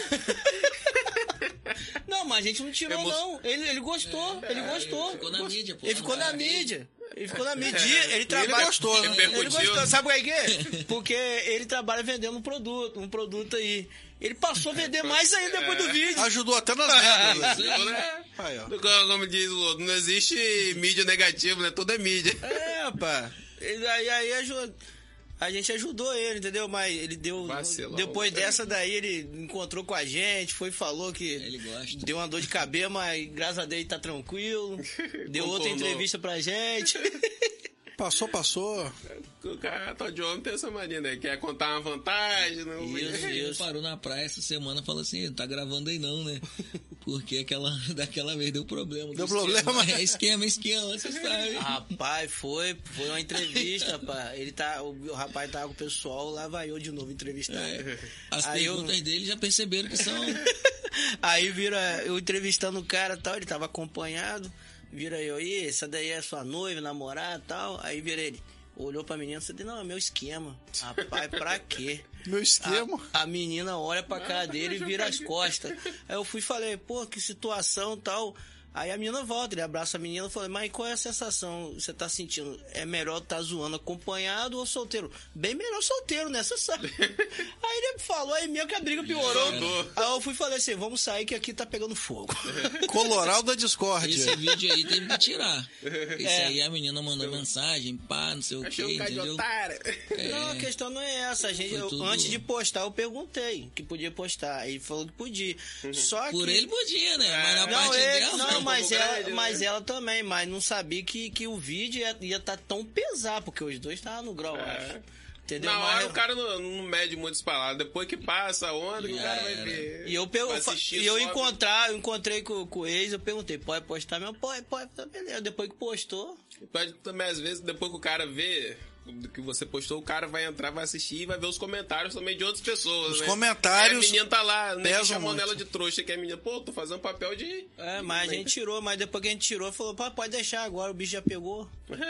Não, mas a gente não tirou, não. Ele gostou, ele gostou. Ficou na mídia, pô. Ele ficou na mídia. Ele trabalha... Ele gostou, né? Ele gostou. Sabe por quê? Porque ele trabalha vendendo um produto aí. Ele passou a vender mais ainda depois do vídeo. Ajudou até nas vendas. Como diz o outro, não existe mídia negativa, né? Tudo é mídia. Rapaz. Aí ajudou. A gente ajudou ele, entendeu? Mas ele deu... Vacilão. Depois dessa daí, ele encontrou com a gente, falou que... Ele gosta. Deu uma dor de cabeça, mas graças a Deus ele tá tranquilo. Deu outra entrevista pra gente. Passou. O cara tal de homem tem essa mania, né? Quer contar uma vantagem. Não... Ele parou na praia essa semana e falou assim, tá gravando aí não, né? Porque daquela vez deu problema. Deu problema? Esquema, você sabe. Rapaz, foi uma entrevista, rapaz. O rapaz tava com o pessoal, lá vai eu de novo entrevistar. As perguntas dele já perceberam que são... Aí vira eu entrevistando o cara e tal, ele tava acompanhado. Vira eu, e essa daí é sua noiva, namorada e tal. Aí vira ele, olhou pra menina e disse, não, é meu esquema. Rapaz, pra quê? Meu esquema? A menina olha pra cara dele e vira as costas. Aí eu fui e falei, pô, que situação e tal. Aí a menina volta, ele abraça a menina e fala, mas qual é a sensação que você tá sentindo? É melhor tá zoando acompanhado ou solteiro? Bem melhor solteiro, né? Você sabe. Aí ele falou, aí mesmo que a briga piorou. Aí eu fui e falei assim, vamos sair que aqui tá pegando fogo. Coloral da discórdia. Esse vídeo aí teve que tirar. Esse aí a menina mandou mensagem, pá, não sei o que, entendeu? Não, a questão não é essa. Antes de postar, eu perguntei que podia postar. Ele falou que podia. Só Por que... ele podia, né? Mas na parte dela... Não, mas ela também, mas não sabia que o vídeo ia estar tão pesado, porque os dois estavam no grau, acho. Entendeu? Na hora o cara não mede muitas palavras. Depois que passa a onda, que o cara vai ver. E eu encontrei com o ex, eu perguntei, pode postar mesmo? Pode, beleza. Depois que postou... Pode também, às vezes, depois que o cara vê que você postou, o cara vai entrar, vai assistir e vai ver os comentários também de outras pessoas. Os né? comentários. A menina tá lá, né? Chamou muito. nela de trouxa, que a menina, pô, tô fazendo papel de. Mas a gente tirou, mas depois que a gente tirou, falou, pode deixar agora, o bicho já pegou.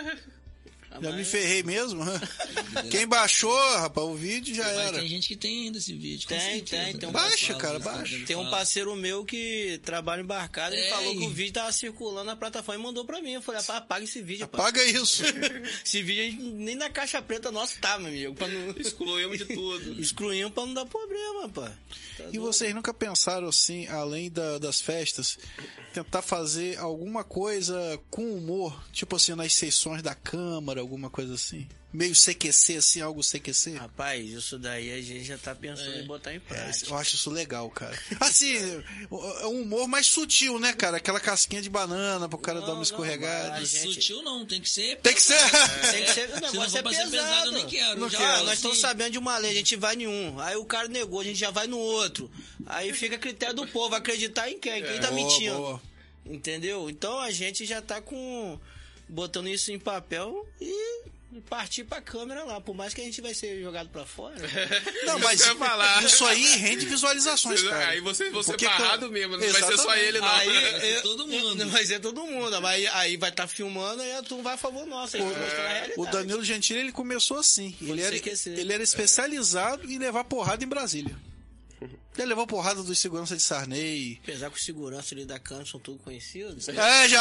Já me ferrei mesmo. Quem baixou, rapaz, o vídeo já era. Tem gente que tem ainda esse vídeo. Tem baixa, cara, baixa. Tem um parceiro meu que trabalha embarcado, ele falou que o vídeo tava circulando na plataforma e mandou pra mim. Eu falei, apaga esse vídeo, rapaz. Apaga isso. Esse vídeo nem na caixa preta nossa tá, meu amigo. Excluímos de tudo. Excluímos pra não dar problema, rapaz. E vocês nunca pensaram assim, além das festas, tentar fazer alguma coisa com humor? Tipo assim, nas sessões da Câmara, alguma coisa assim? Meio CQC, assim, algo CQC? Rapaz, isso daí a gente já tá pensando em botar em prática. Eu acho isso legal, cara. Assim, é um humor mais sutil, né, cara? Aquela casquinha de banana pro cara dar uma escorregada. Sutil não, tem que ser... Tem que ser... Tem que ser... Se não for pra ser pesado, eu nem quero. Nós estamos sabendo de uma lei, a gente vai em um. Aí o cara negou, a gente já vai no outro. Aí fica a critério do povo, acreditar em quem? Quem tá mentindo. Boa. Entendeu? Então a gente já tá botando isso em papel e partir pra câmera lá, por mais que a gente vai ser jogado pra fora. Não, mas isso aí rende visualizações, cara. Aí você barrado mesmo, não vai ser só ele, não. Aí, vai ser todo mundo. Não vai ser todo mundo, mas aí vai estar filmando e tu vai a favor nosso. O Danilo Gentili, ele começou assim. Ele era especializado em levar porrada em Brasília. Ele levou porrada dos seguranças de Sarney. Apesar que os seguranças ali da Câmara são todos conhecidos. Já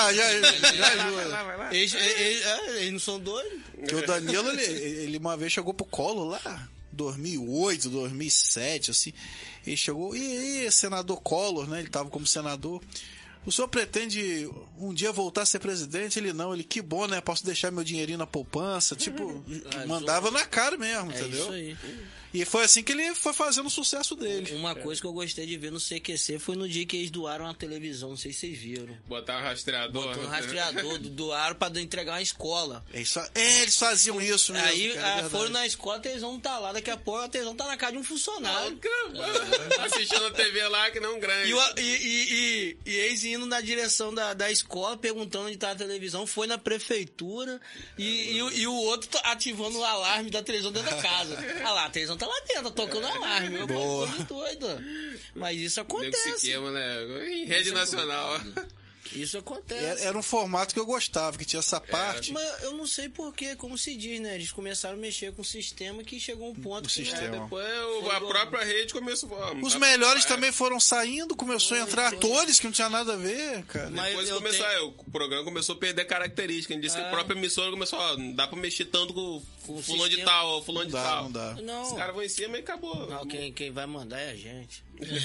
Vai lá. Eles não são doidos? Porque o Danilo, ele uma vez chegou pro Collor lá, 2008, 2007, assim. Ele chegou, e aí, senador Collor, né? Ele tava como senador. O senhor pretende um dia voltar a ser presidente? Ele não, que bom, né? Posso deixar meu dinheirinho na poupança. Tipo, mandava na cara mesmo, entendeu? Isso aí. E foi assim que ele foi fazendo o sucesso dele. Uma coisa que eu gostei de ver no CQC foi no dia que eles doaram a televisão, não sei se vocês viram. Botaram um rastreador. Botaram um rastreador, doaram pra entregar uma escola. Eles faziam isso mesmo. Aí foram na escola, a televisão não tá lá, daqui a pouco a televisão tá na casa de um funcionário. Assistindo a TV lá, que não grande. E eles indo na direção da escola, perguntando onde tá a televisão, foi na prefeitura e o outro ativando o alarme da televisão dentro da casa. Ah lá, a televisão tá lá dentro, tocando alarme. Eu tô doido. Mas isso acontece. Esse esquema, né? Em rede nacional. Isso acontece. Era um formato que eu gostava, que tinha essa parte. Mas eu não sei porquê, como se diz, né? Eles começaram a mexer com o sistema que chegou um ponto que... Depois a própria rede começou... Os melhores também foram saindo, começou a entrar atores que não tinha nada a ver, cara. Depois o programa começou a perder característica. A gente disse que a própria emissora começou, não dá pra mexer tanto com fulano de tal, fulano de tal. Não dá. Não. Os caras vão em cima e acabou. Não, quem vai mandar é a gente.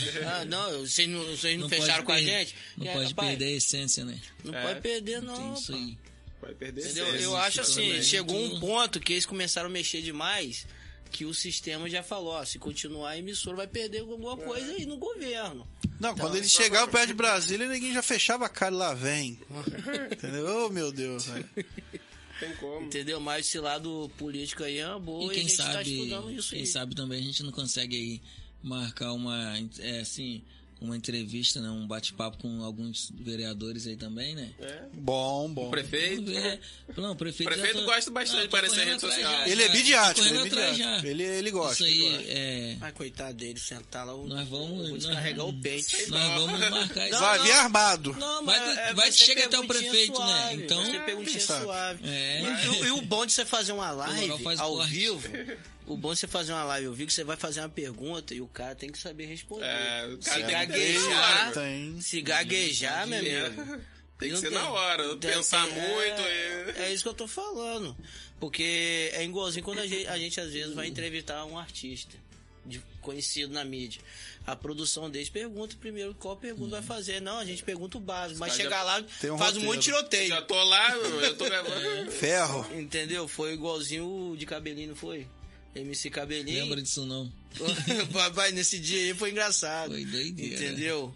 Vocês não fecharam com a gente? Não pode perder a essência, né? Não pode perder, não. Tem isso aí. Vai perder entendeu? Eu acho assim, chegou um ponto que eles começaram a mexer demais, que o sistema já falou, se continuar a emissora vai perder alguma coisa aí no governo. Não, quando eles chegavam perto de Brasília, ninguém já fechava a cara, lá vem. Entendeu? Oh, meu Deus, velho. Tem como. Entendeu? Mas esse lado político aí é uma boa E quem a gente sabe, tá estudando isso quem aí. sabe também a gente não consegue aí marcar uma entrevista, né? Um bate-papo com alguns vereadores aí também, né? Bom. O prefeito? Não, o prefeito gosta bastante de aparecer em rede social. Ele é midiático, já. Ele gosta. Isso aí, Ai, coitado dele, sentar lá, nós vamos vou descarregar o pente. Nós vamos marcar isso. Vai vir armado. Não, Vai ser chegar até o perguntinha prefeito, suave, né? Então, vai ser perguntinha suave. É. E o bom de você fazer uma live faz ao corte. vivo, o bom de você fazer uma live ao vivo, que você vai fazer uma pergunta e o cara tem que saber responder. O Se cara tem que gaguejar, Tem. se gaguejar, meu amigo. Tem que Não ser na hora, pensar muito. É isso que eu tô falando. Porque é igualzinho quando a gente às vezes vai entrevistar um artista conhecido na mídia. A produção deles pergunta primeiro qual pergunta vai fazer. Não, a gente pergunta o básico. Mas chegar lá, faz um monte de tiroteio. Já tô lá, eu tô gravando. Ferro. Entendeu? Foi igualzinho o de Cabelinho, não foi? MC Cabelinho. lembra disso não? Vai, nesse dia aí foi engraçado. Foi doideira. Entendeu?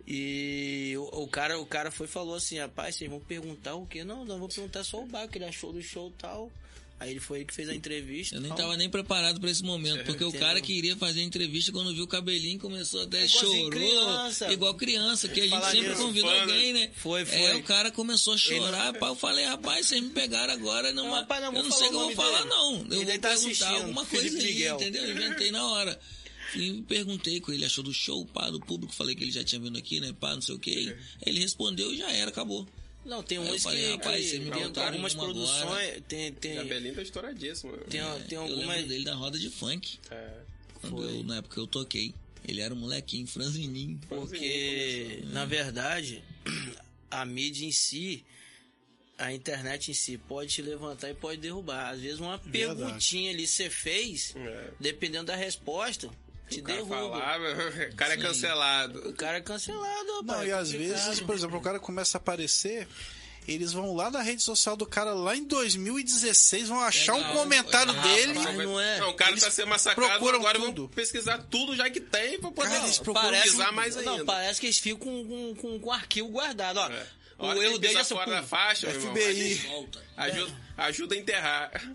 E o cara foi e falou assim: rapaz, vocês vão perguntar o quê? Não vou perguntar só o bar, que ele achou do show e tal. Aí ele foi ele que fez a entrevista. Eu nem tava nem preparado pra esse momento, porque o cara que iria fazer a entrevista, quando viu o Cabelinho, começou até chorou. Igual criança, que a gente sempre convida alguém, né? Foi. O cara começou a chorar, eu falei, rapaz, vocês me pegaram agora numa... rapaz, não, eu não sei o que eu vou falar, não. Eu vou tá perguntar alguma coisa Felipe aí, Miguel. entendeu? Eu inventei na hora. E perguntei o que ele achou do show, pá, do público, falei que ele já tinha vindo aqui, né, pá, não sei o que. Ele respondeu e já era, acabou. Não, tem umas falei, rapaz, você me tem botaram algumas uma produções. agora. Tem Cabelinho tá estouradíssimo. tem Eu algumas. lembro dele da roda de funk. Na época eu toquei. Ele era um molequinho, franzininho. Porque, na verdade, a mídia em si, a internet em si, pode te levantar e pode derrubar. Às vezes uma perguntinha ali você fez, dependendo da resposta, te derruba. O cara é cancelado. O cara é cancelado, rapaz. Não, e às vezes, por exemplo, o cara começa a aparecer, eles vão lá na rede social do cara lá em 2016, vão achar um comentário dele. Não, o cara tá sendo massacrado, agora tudo. vão pesquisar tudo já que tem pra poder Parece, mais ainda. Não, parece que eles ficam com o arquivo guardado, ó. O erro dele é fora da faixa, FBI. Ajuda a enterrar.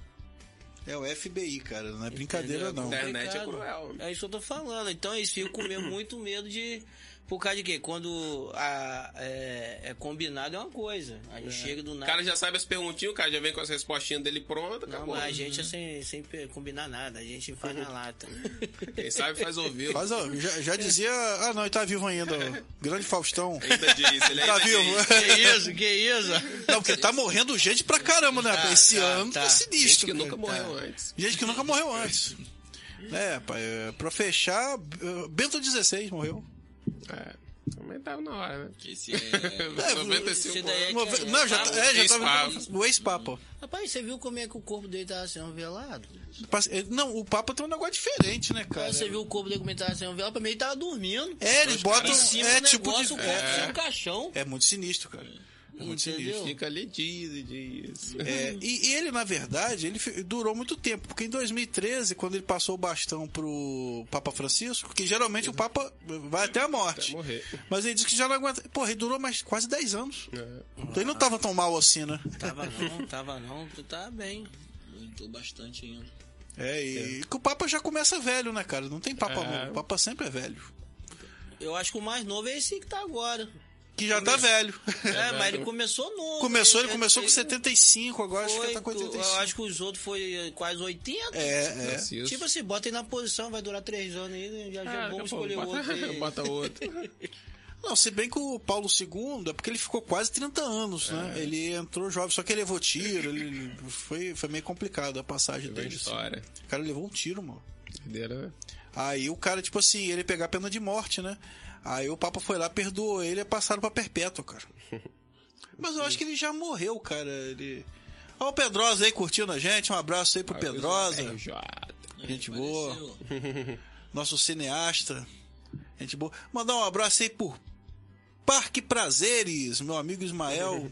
É o FBI, cara, não é brincadeira não. A internet é cruel. É isso que eu tô falando. Então eles ficam com muito medo de... Por causa de quê? Quando é combinado é uma coisa. Aí chega do nada... O cara já sabe as perguntinhas, o cara já vem com as respostinhas dele pronta, não, acabou. mas a gente é sem combinar nada. A gente faz na lata. Quem sabe faz ouvir. Já dizia... Ah, não, ele tá vivo ainda. Grande Faustão. Ainda diz, ele tá ainda vivo. diz. Que isso? Não, porque tá morrendo gente pra caramba, né? Esse ano tá sinistro. Gente que nunca morreu antes. Gente que nunca morreu antes. Pai, pra fechar, Bento XVI morreu. Também tava na hora, né? Esse 95 anos. Não, já tava o ex-papa. Rapaz, você viu como é que o corpo dele tava sendo velado? Não, o Papa tem um negócio diferente, né, cara? Você viu o corpo dele como ele tava sendo velado? Pra mim ele tava dormindo. Eles botam... Em cima do negócio, o corpo sem um caixão. É muito sinistro, cara. É muito sinistro. Fica ali dias e dias. E ele, na verdade, ele durou muito tempo, porque em 2013, quando ele passou o bastão pro Papa Francisco, que geralmente o Papa vai até a morte. Morrer. Mas ele disse que já não aguenta. Porra, ele durou mais quase 10 anos. Então ele não tava tão mal assim, né? Tava não, tu tá bem. Aguentou bastante ainda. E que o Papa já começa velho, né, cara? Não tem Papa novo. O Papa sempre é velho. Eu acho que o mais novo é esse que tá agora. Que já tá velho. Mas ele começou novo. Ele começou com 75, agora acho que ele tá com 85. Eu acho que os outros foi quase 80. Tipo assim, bota aí na posição, vai durar 3 anos aí, já vamos escolher outro. Bota outro. Não, se bem que o Paulo II, é porque ele ficou quase 30 anos, né? Ele entrou jovem, só que ele levou tiro, foi meio complicado a passagem dele. História. Assim. O cara levou um tiro, mano. Né? Aí o cara, tipo assim, ele pegar a pena de morte, né? Aí o Papa foi lá, perdoou ele e passaram pra perpétua, cara. Mas eu acho que ele já morreu, cara. Ó o Pedrosa aí curtindo a gente, um abraço aí pro Pedrosa. Gente boa. Nosso cineasta. Gente boa. Mandar um abraço aí pro Parque Prazeres, meu amigo Ismael.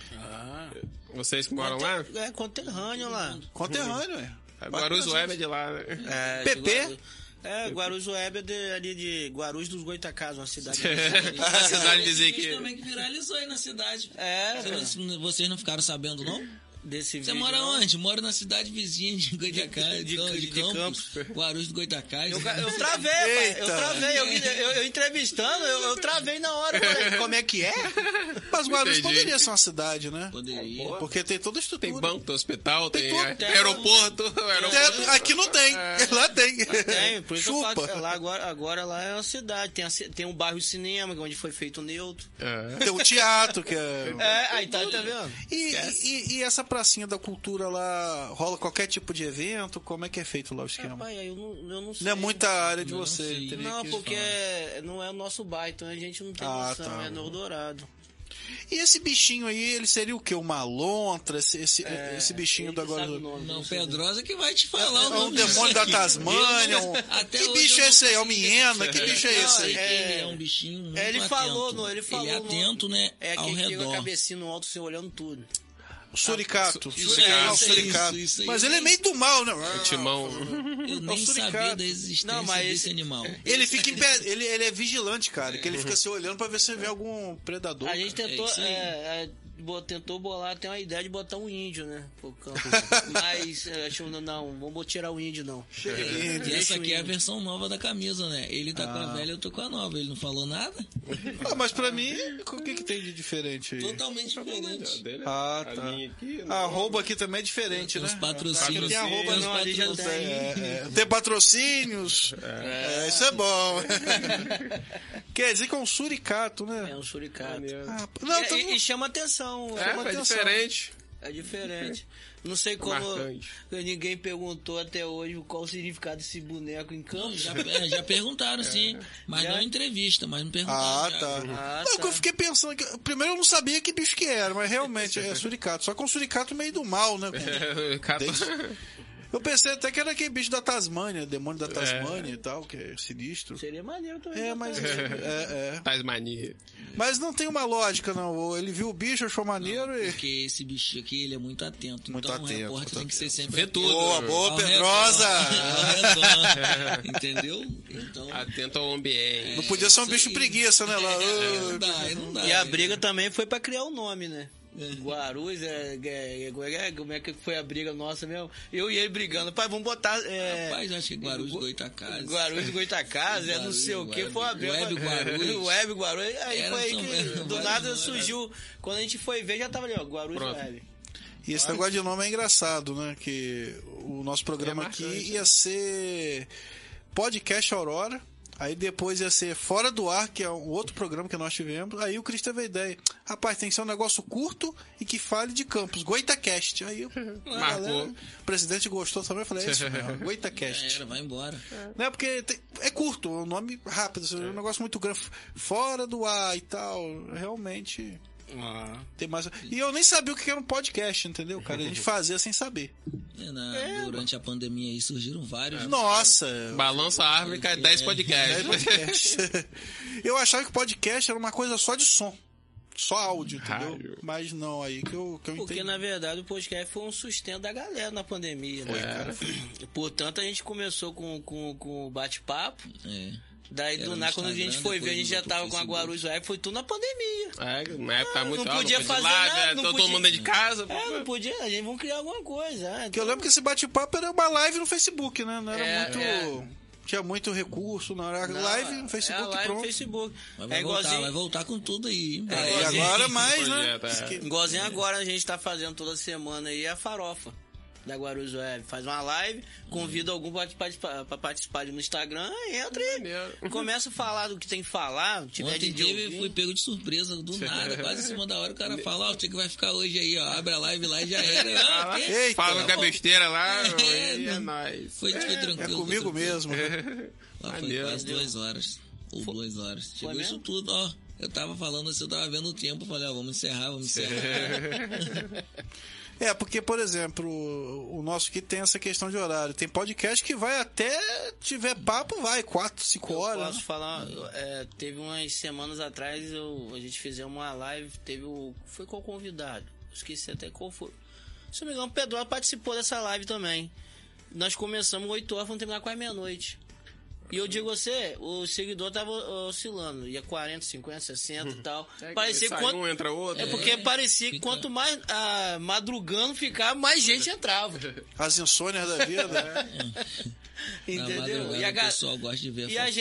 Vocês que moram lá? É, conterrâneo lá. Conterrâneo, Guarulhos Web é de lá, né? PP? Guarulhos Web é ali de Guarulhos dos Goitacazes, uma cidade. A cidade vizinha que também que viralizou aí na cidade. É. Vocês não ficaram sabendo, não? desse Você vídeo. mora não. onde? Moro na cidade vizinha de Goitacás, de Campos, Guarulhos do Goitacás. Eu travei, pai. Eu travei. Eu entrevistando, eu travei na hora. Eu falei, como é que é? Mas Guarulhos poderia ser uma cidade, né? Poderia. Porque tem toda a estrutura. Tem banco, tem hospital, tem tudo. aeroporto. Aqui não tem. Lá tem. Tem, por isso Chupa. eu falo, agora lá é uma cidade. Tem um bairro cinema, onde foi feito o Neutro. Tem o teatro, que é... Aí tá vendo? E essa pracinha da cultura lá, rola qualquer tipo de evento? Como é que é feito lá o esquema? Rapaz, eu não sei. Não é muita área de Não você. sei. teria Não, que porque falar. não é o nosso bairro, então a gente não tem noção, tá. é no Eldorado. E esse bichinho aí, ele seria o quê? Uma lontra? Esse bichinho do agora... Não, Pedrosa que vai te falar o É um nome demônio da Tasmânia? Até Que hoje bicho eu é não esse aí? É o consegui Miena? Que bicho é esse aí? Ele é um bichinho muito Ele atento. falou. Ele é atento, né, É ao aquele que fica com a redor. cabecinha no alto, assim, olhando tudo. Suricato. Isso, Suricato. isso aí. Mas ele é meio do mal, né? Timão. Eu nem suricato. sabia da existência Não, mas desse animal. Ele fica em pé, ele é vigilante, cara. Que ele fica se olhando pra ver se vê algum predador. A gente tentou, isso aí. tentou bolar até uma ideia de botar um índio, né? Pro campo. Mas acho não, vamos tirar o índio, não. E essa aqui é a versão nova da camisa, né? Ele tá com a velha, eu tô com a nova. Ele não falou nada? Mas pra mim, o que tem de diferente aí? Totalmente diferente. Ah, tá. A arroba aqui também é diferente, Tem né? os patrocínios. Aqui tem arroba, Tem os não, ali já patrocínios. Tem patrocínios. Isso é bom. Quer dizer que é um suricato, né? É um suricato. Não, E chama atenção. Chama É atenção. diferente. É diferente. Não sei como Marcante. ninguém perguntou até hoje qual o significado desse boneco em Não, Campos. já perguntaram, sim. Mas não em entrevista, mas me perguntaram. tá. Ah, Não, tá. que eu fiquei pensando que... Primeiro eu não sabia que bicho que era, mas realmente é suricato. Só que é um suricato meio do mal, né? Eu pensei até que era aquele bicho da Tasmânia, demônio da Tasmânia e tal, que é sinistro. Seria maneiro também. Mas... Tasmania. Mas não tem uma lógica, não. Ele viu o bicho, achou maneiro e... Porque esse bicho aqui, ele é muito atento. Muito então atento, o repórter muito tem que ser sempre Vê atento. tudo. Boa, Ao Pedrosa! redor, ao redor. Entendeu? Então, Atento ao ambiente. Não podia ser um isso bicho aí. preguiça, né? Lá. não dá. E a briga também foi pra criar o nome, né? Guarulhos, como é que foi a briga nossa mesmo? Eu e ele brigando. Pai, vamos botar. Rapaz, acho que Guarulhos do Goitacás. Guarulhos do Goitacás, não sei o que. Foi a briga. Web Guarulhos. Web Guarulhos. Aí Era foi aí que do Web nada Guarulhos. surgiu. Quando a gente foi ver, já tava ali, ó. Guarulhos Pronto. Web. E esse negócio de nome é engraçado, né? Que o nosso programa aqui ia ser Podcast Aurora. Aí depois ia ser Fora do Ar, que é um outro programa que nós tivemos. Aí o Cris teve a ideia. Rapaz, tem que ser um negócio curto e que fale de Campos. Goitacast. Aí Marcou. o presidente gostou também. Eu falei, é isso mesmo, Goitacast. Era, vai embora. Não é porque é curto, é um nome rápido. É um negócio muito grande. Fora do Ar e tal. Realmente... Tem mais... E eu nem sabia o que era um podcast, entendeu, cara? A gente fazia sem saber. Durante a pandemia aí surgiram vários. Nossa! Balança a árvore e cai 10 podcasts. Podcast. Eu achava que podcast era uma coisa só de som. Só áudio, entendeu? Rádio. Mas não, aí que eu Porque, entendi. na verdade, o podcast foi um sustento da galera na pandemia, né, cara? Portanto, a gente começou com o bate-papo. Daí, Era do no nada, quando a gente Instagram, foi ver, a gente já depois tava no com a Guarulhos Web, foi tudo na pandemia. Na época tá muito não alto, podia fazer live, nada, não todo podia. mundo dentro de casa. Não podia, a gente vamos criar alguma coisa. Que eu lembro que esse bate-papo era uma live no Facebook, né? Não era muito... é. Tinha muito recurso, não era Não, live no Facebook, live pronto. no Facebook. Mas vai voltar com tudo aí. hein? E agora mais, né? Projeto, Igualzinho agora a gente tá fazendo toda semana aí a farofa da Guarulhos Web. Faz uma live, convida algum pra participar no Instagram, entra e começa a falar do que tem que falar. Ontem fui pego de surpresa do nada, quase em cima da hora o cara fala, você que vai ficar hoje aí, ó, abre a live lá e já era. Eita, Fala com a besteira lá, É, e é não. nóis. Foi tranquilo. é comigo mesmo. Lá foi Maneiro. quase 2 horas. Ou 2 horas. Chegou mesmo? isso tudo, ó. Eu tava falando assim, eu tava vendo o tempo, falei, ó, vamos encerrar. Porque, por exemplo, o nosso aqui tem essa questão de horário. Tem podcast que vai até, tiver papo, vai, 4, 5 horas. Posso falar, teve umas semanas atrás, a gente fizemos uma live, foi qual convidado? Esqueci até qual foi. Se não me engano, o Pedro participou dessa live também. Nós começamos 8 horas, vamos terminar quase meia-noite. E eu digo você, o seguidor tava oscilando. Ia 40, 50, 60 e tal. Parecia que um entra outro. porque parecia que quanto mais madrugando ficava, mais gente entrava. As insônias da vida, né? Entendeu? E o pessoal gosta de ver e a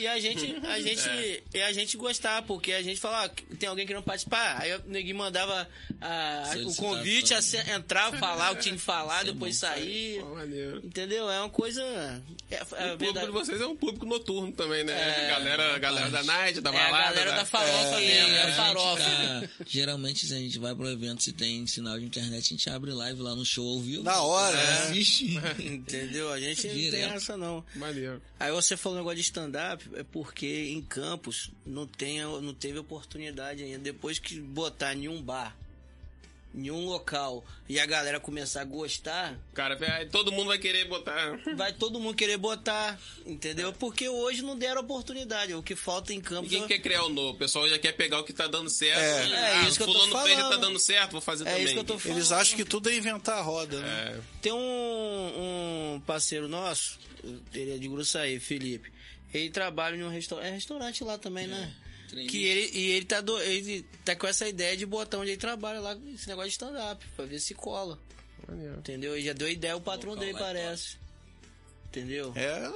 gente gostava, porque a gente falava, tem alguém que não participar, aí o neguinho mandava o convite a entrar, falar o que tinha que falar, depois sair. Entendeu? É uma coisa. O público de vocês é um público noturno também, né? Galera da night, da balada. A galera da farofa mesmo, é farofa. Geralmente, se a gente vai pro evento, se tem sinal de internet, a gente abre live lá no show ao vivo. Na hora, entendeu? A gente não tem essa não. Maneiro. Aí você falou um negócio de stand-up, é porque em Campos não teve oportunidade ainda. Depois que botar em um bar, em um local, e a galera começar a gostar... Cara, todo mundo vai querer botar. Vai todo mundo querer botar, entendeu? Porque hoje não deram oportunidade. O que falta em Campos... Ninguém quer criar o novo. O pessoal já quer pegar o que tá dando certo. Isso que eu tô falando. Fez, já tá dando certo, vou fazer também. Isso que eu tô falando. Eles acham que tudo é inventar a roda, né? Tem um parceiro nosso, ele é de Gruçaí, Felipe. Ele trabalha em um restaurante lá também, né? Que ele tá com essa ideia de botar onde ele trabalha lá, esse negócio de stand-up, pra ver se cola. Entendeu? Ele já deu ideia, o patrão dele parece. Entendeu?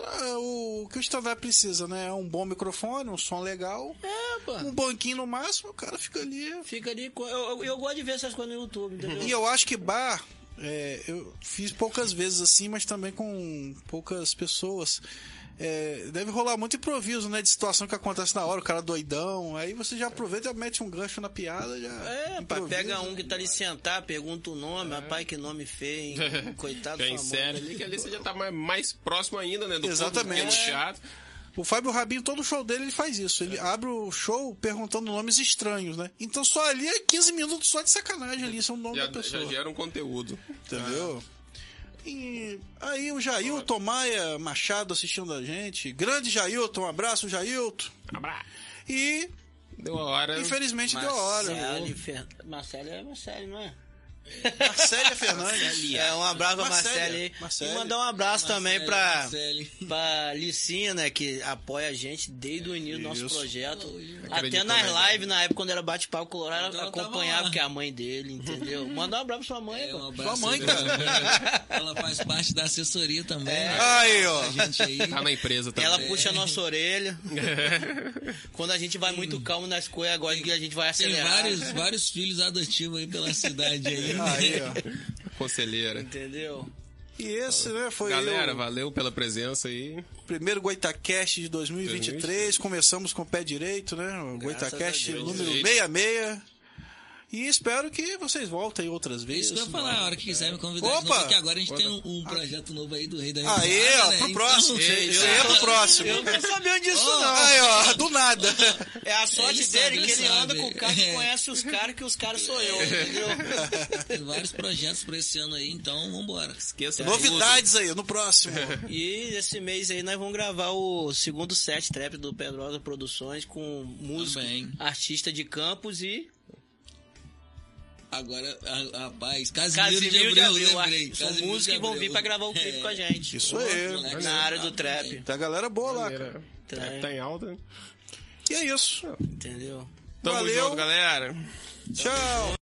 O que o stand-up precisa, né? Um bom microfone, um som legal. Um banquinho no máximo, o cara fica ali. Eu gosto de ver essas coisas no YouTube, entendeu? E eu acho que bar, eu fiz poucas vezes assim, mas também com poucas pessoas. Deve rolar muito improviso, né? De situação que acontece na hora, o cara doidão. Aí você já aproveita e mete um gancho na piada. Pega um que tá ali sentar, pergunta o nome, rapaz, que nome feio, hein? Coitado do sério ali, que ali você já tá mais próximo ainda, né? Do exatamente. Público, no teatro. O Fábio Rabin, todo show dele, ele faz isso. Ele abre o show perguntando nomes estranhos, né? Então só ali é 15 minutos só de sacanagem ali, são o nome da pessoa. Já gera um conteúdo. Entendeu? E aí o Jailton Maia Machado assistindo a gente. Grande Jailton, um abraço, Jailton. Abraço. E... deu a hora. Infelizmente deu a hora. Marcelo, não é? Marcélia Fernandes. Um abraço pra Marcele. E mandar um abraço também pra Licinha, né? Que apoia a gente desde o início do nosso projeto. Até nas lives, na época, quando era bate-papo colorado, ela acompanhava, que é a mãe dele, entendeu? Manda um abraço pra sua mãe, sua mãe, cara. Ela faz parte da assessoria também. Aí, ó. A gente aí. Tá na empresa também. Ela puxa a nossa orelha. Quando a gente vai muito calmo nas coisas, agora que a gente vai acelerar. Tem vários filhos adotivos aí pela cidade aí. Aí, ó. Conselheira. Entendeu? E esse, né, foi galera, valeu pela presença aí. Primeiro Goitacast de 2023. Começamos com o pé direito, né? O Goitacast número 66. E espero que vocês voltem outras vezes. Isso que eu ia falar, a hora que quiser me convidar de novo, porque agora a gente tem um projeto novo aí do Rei da Revoada. Aí, ó, pro próximo. Isso aí é pro próximo. Eu não tô sabendo disso, não. Aí, ó, do nada. É a sorte dele que ele anda com o cara que conhece os caras, que os caras sou eu, entendeu? Tem vários projetos pra esse ano aí, então vambora. Esqueça. Novidades aí, no próximo. E esse mês aí nós vamos gravar o segundo set trap do Pedrosa Produções com músico, artista de Campos e... Agora, rapaz, Casimiro de Abreu, lembrei. São músicos que vão vir pra gravar o clipe com a gente. Isso aí. Na área do trap. Tem a galera boa lá, cara. Tá em alta. E é isso. Entendeu? Tamo junto, galera. Tchau.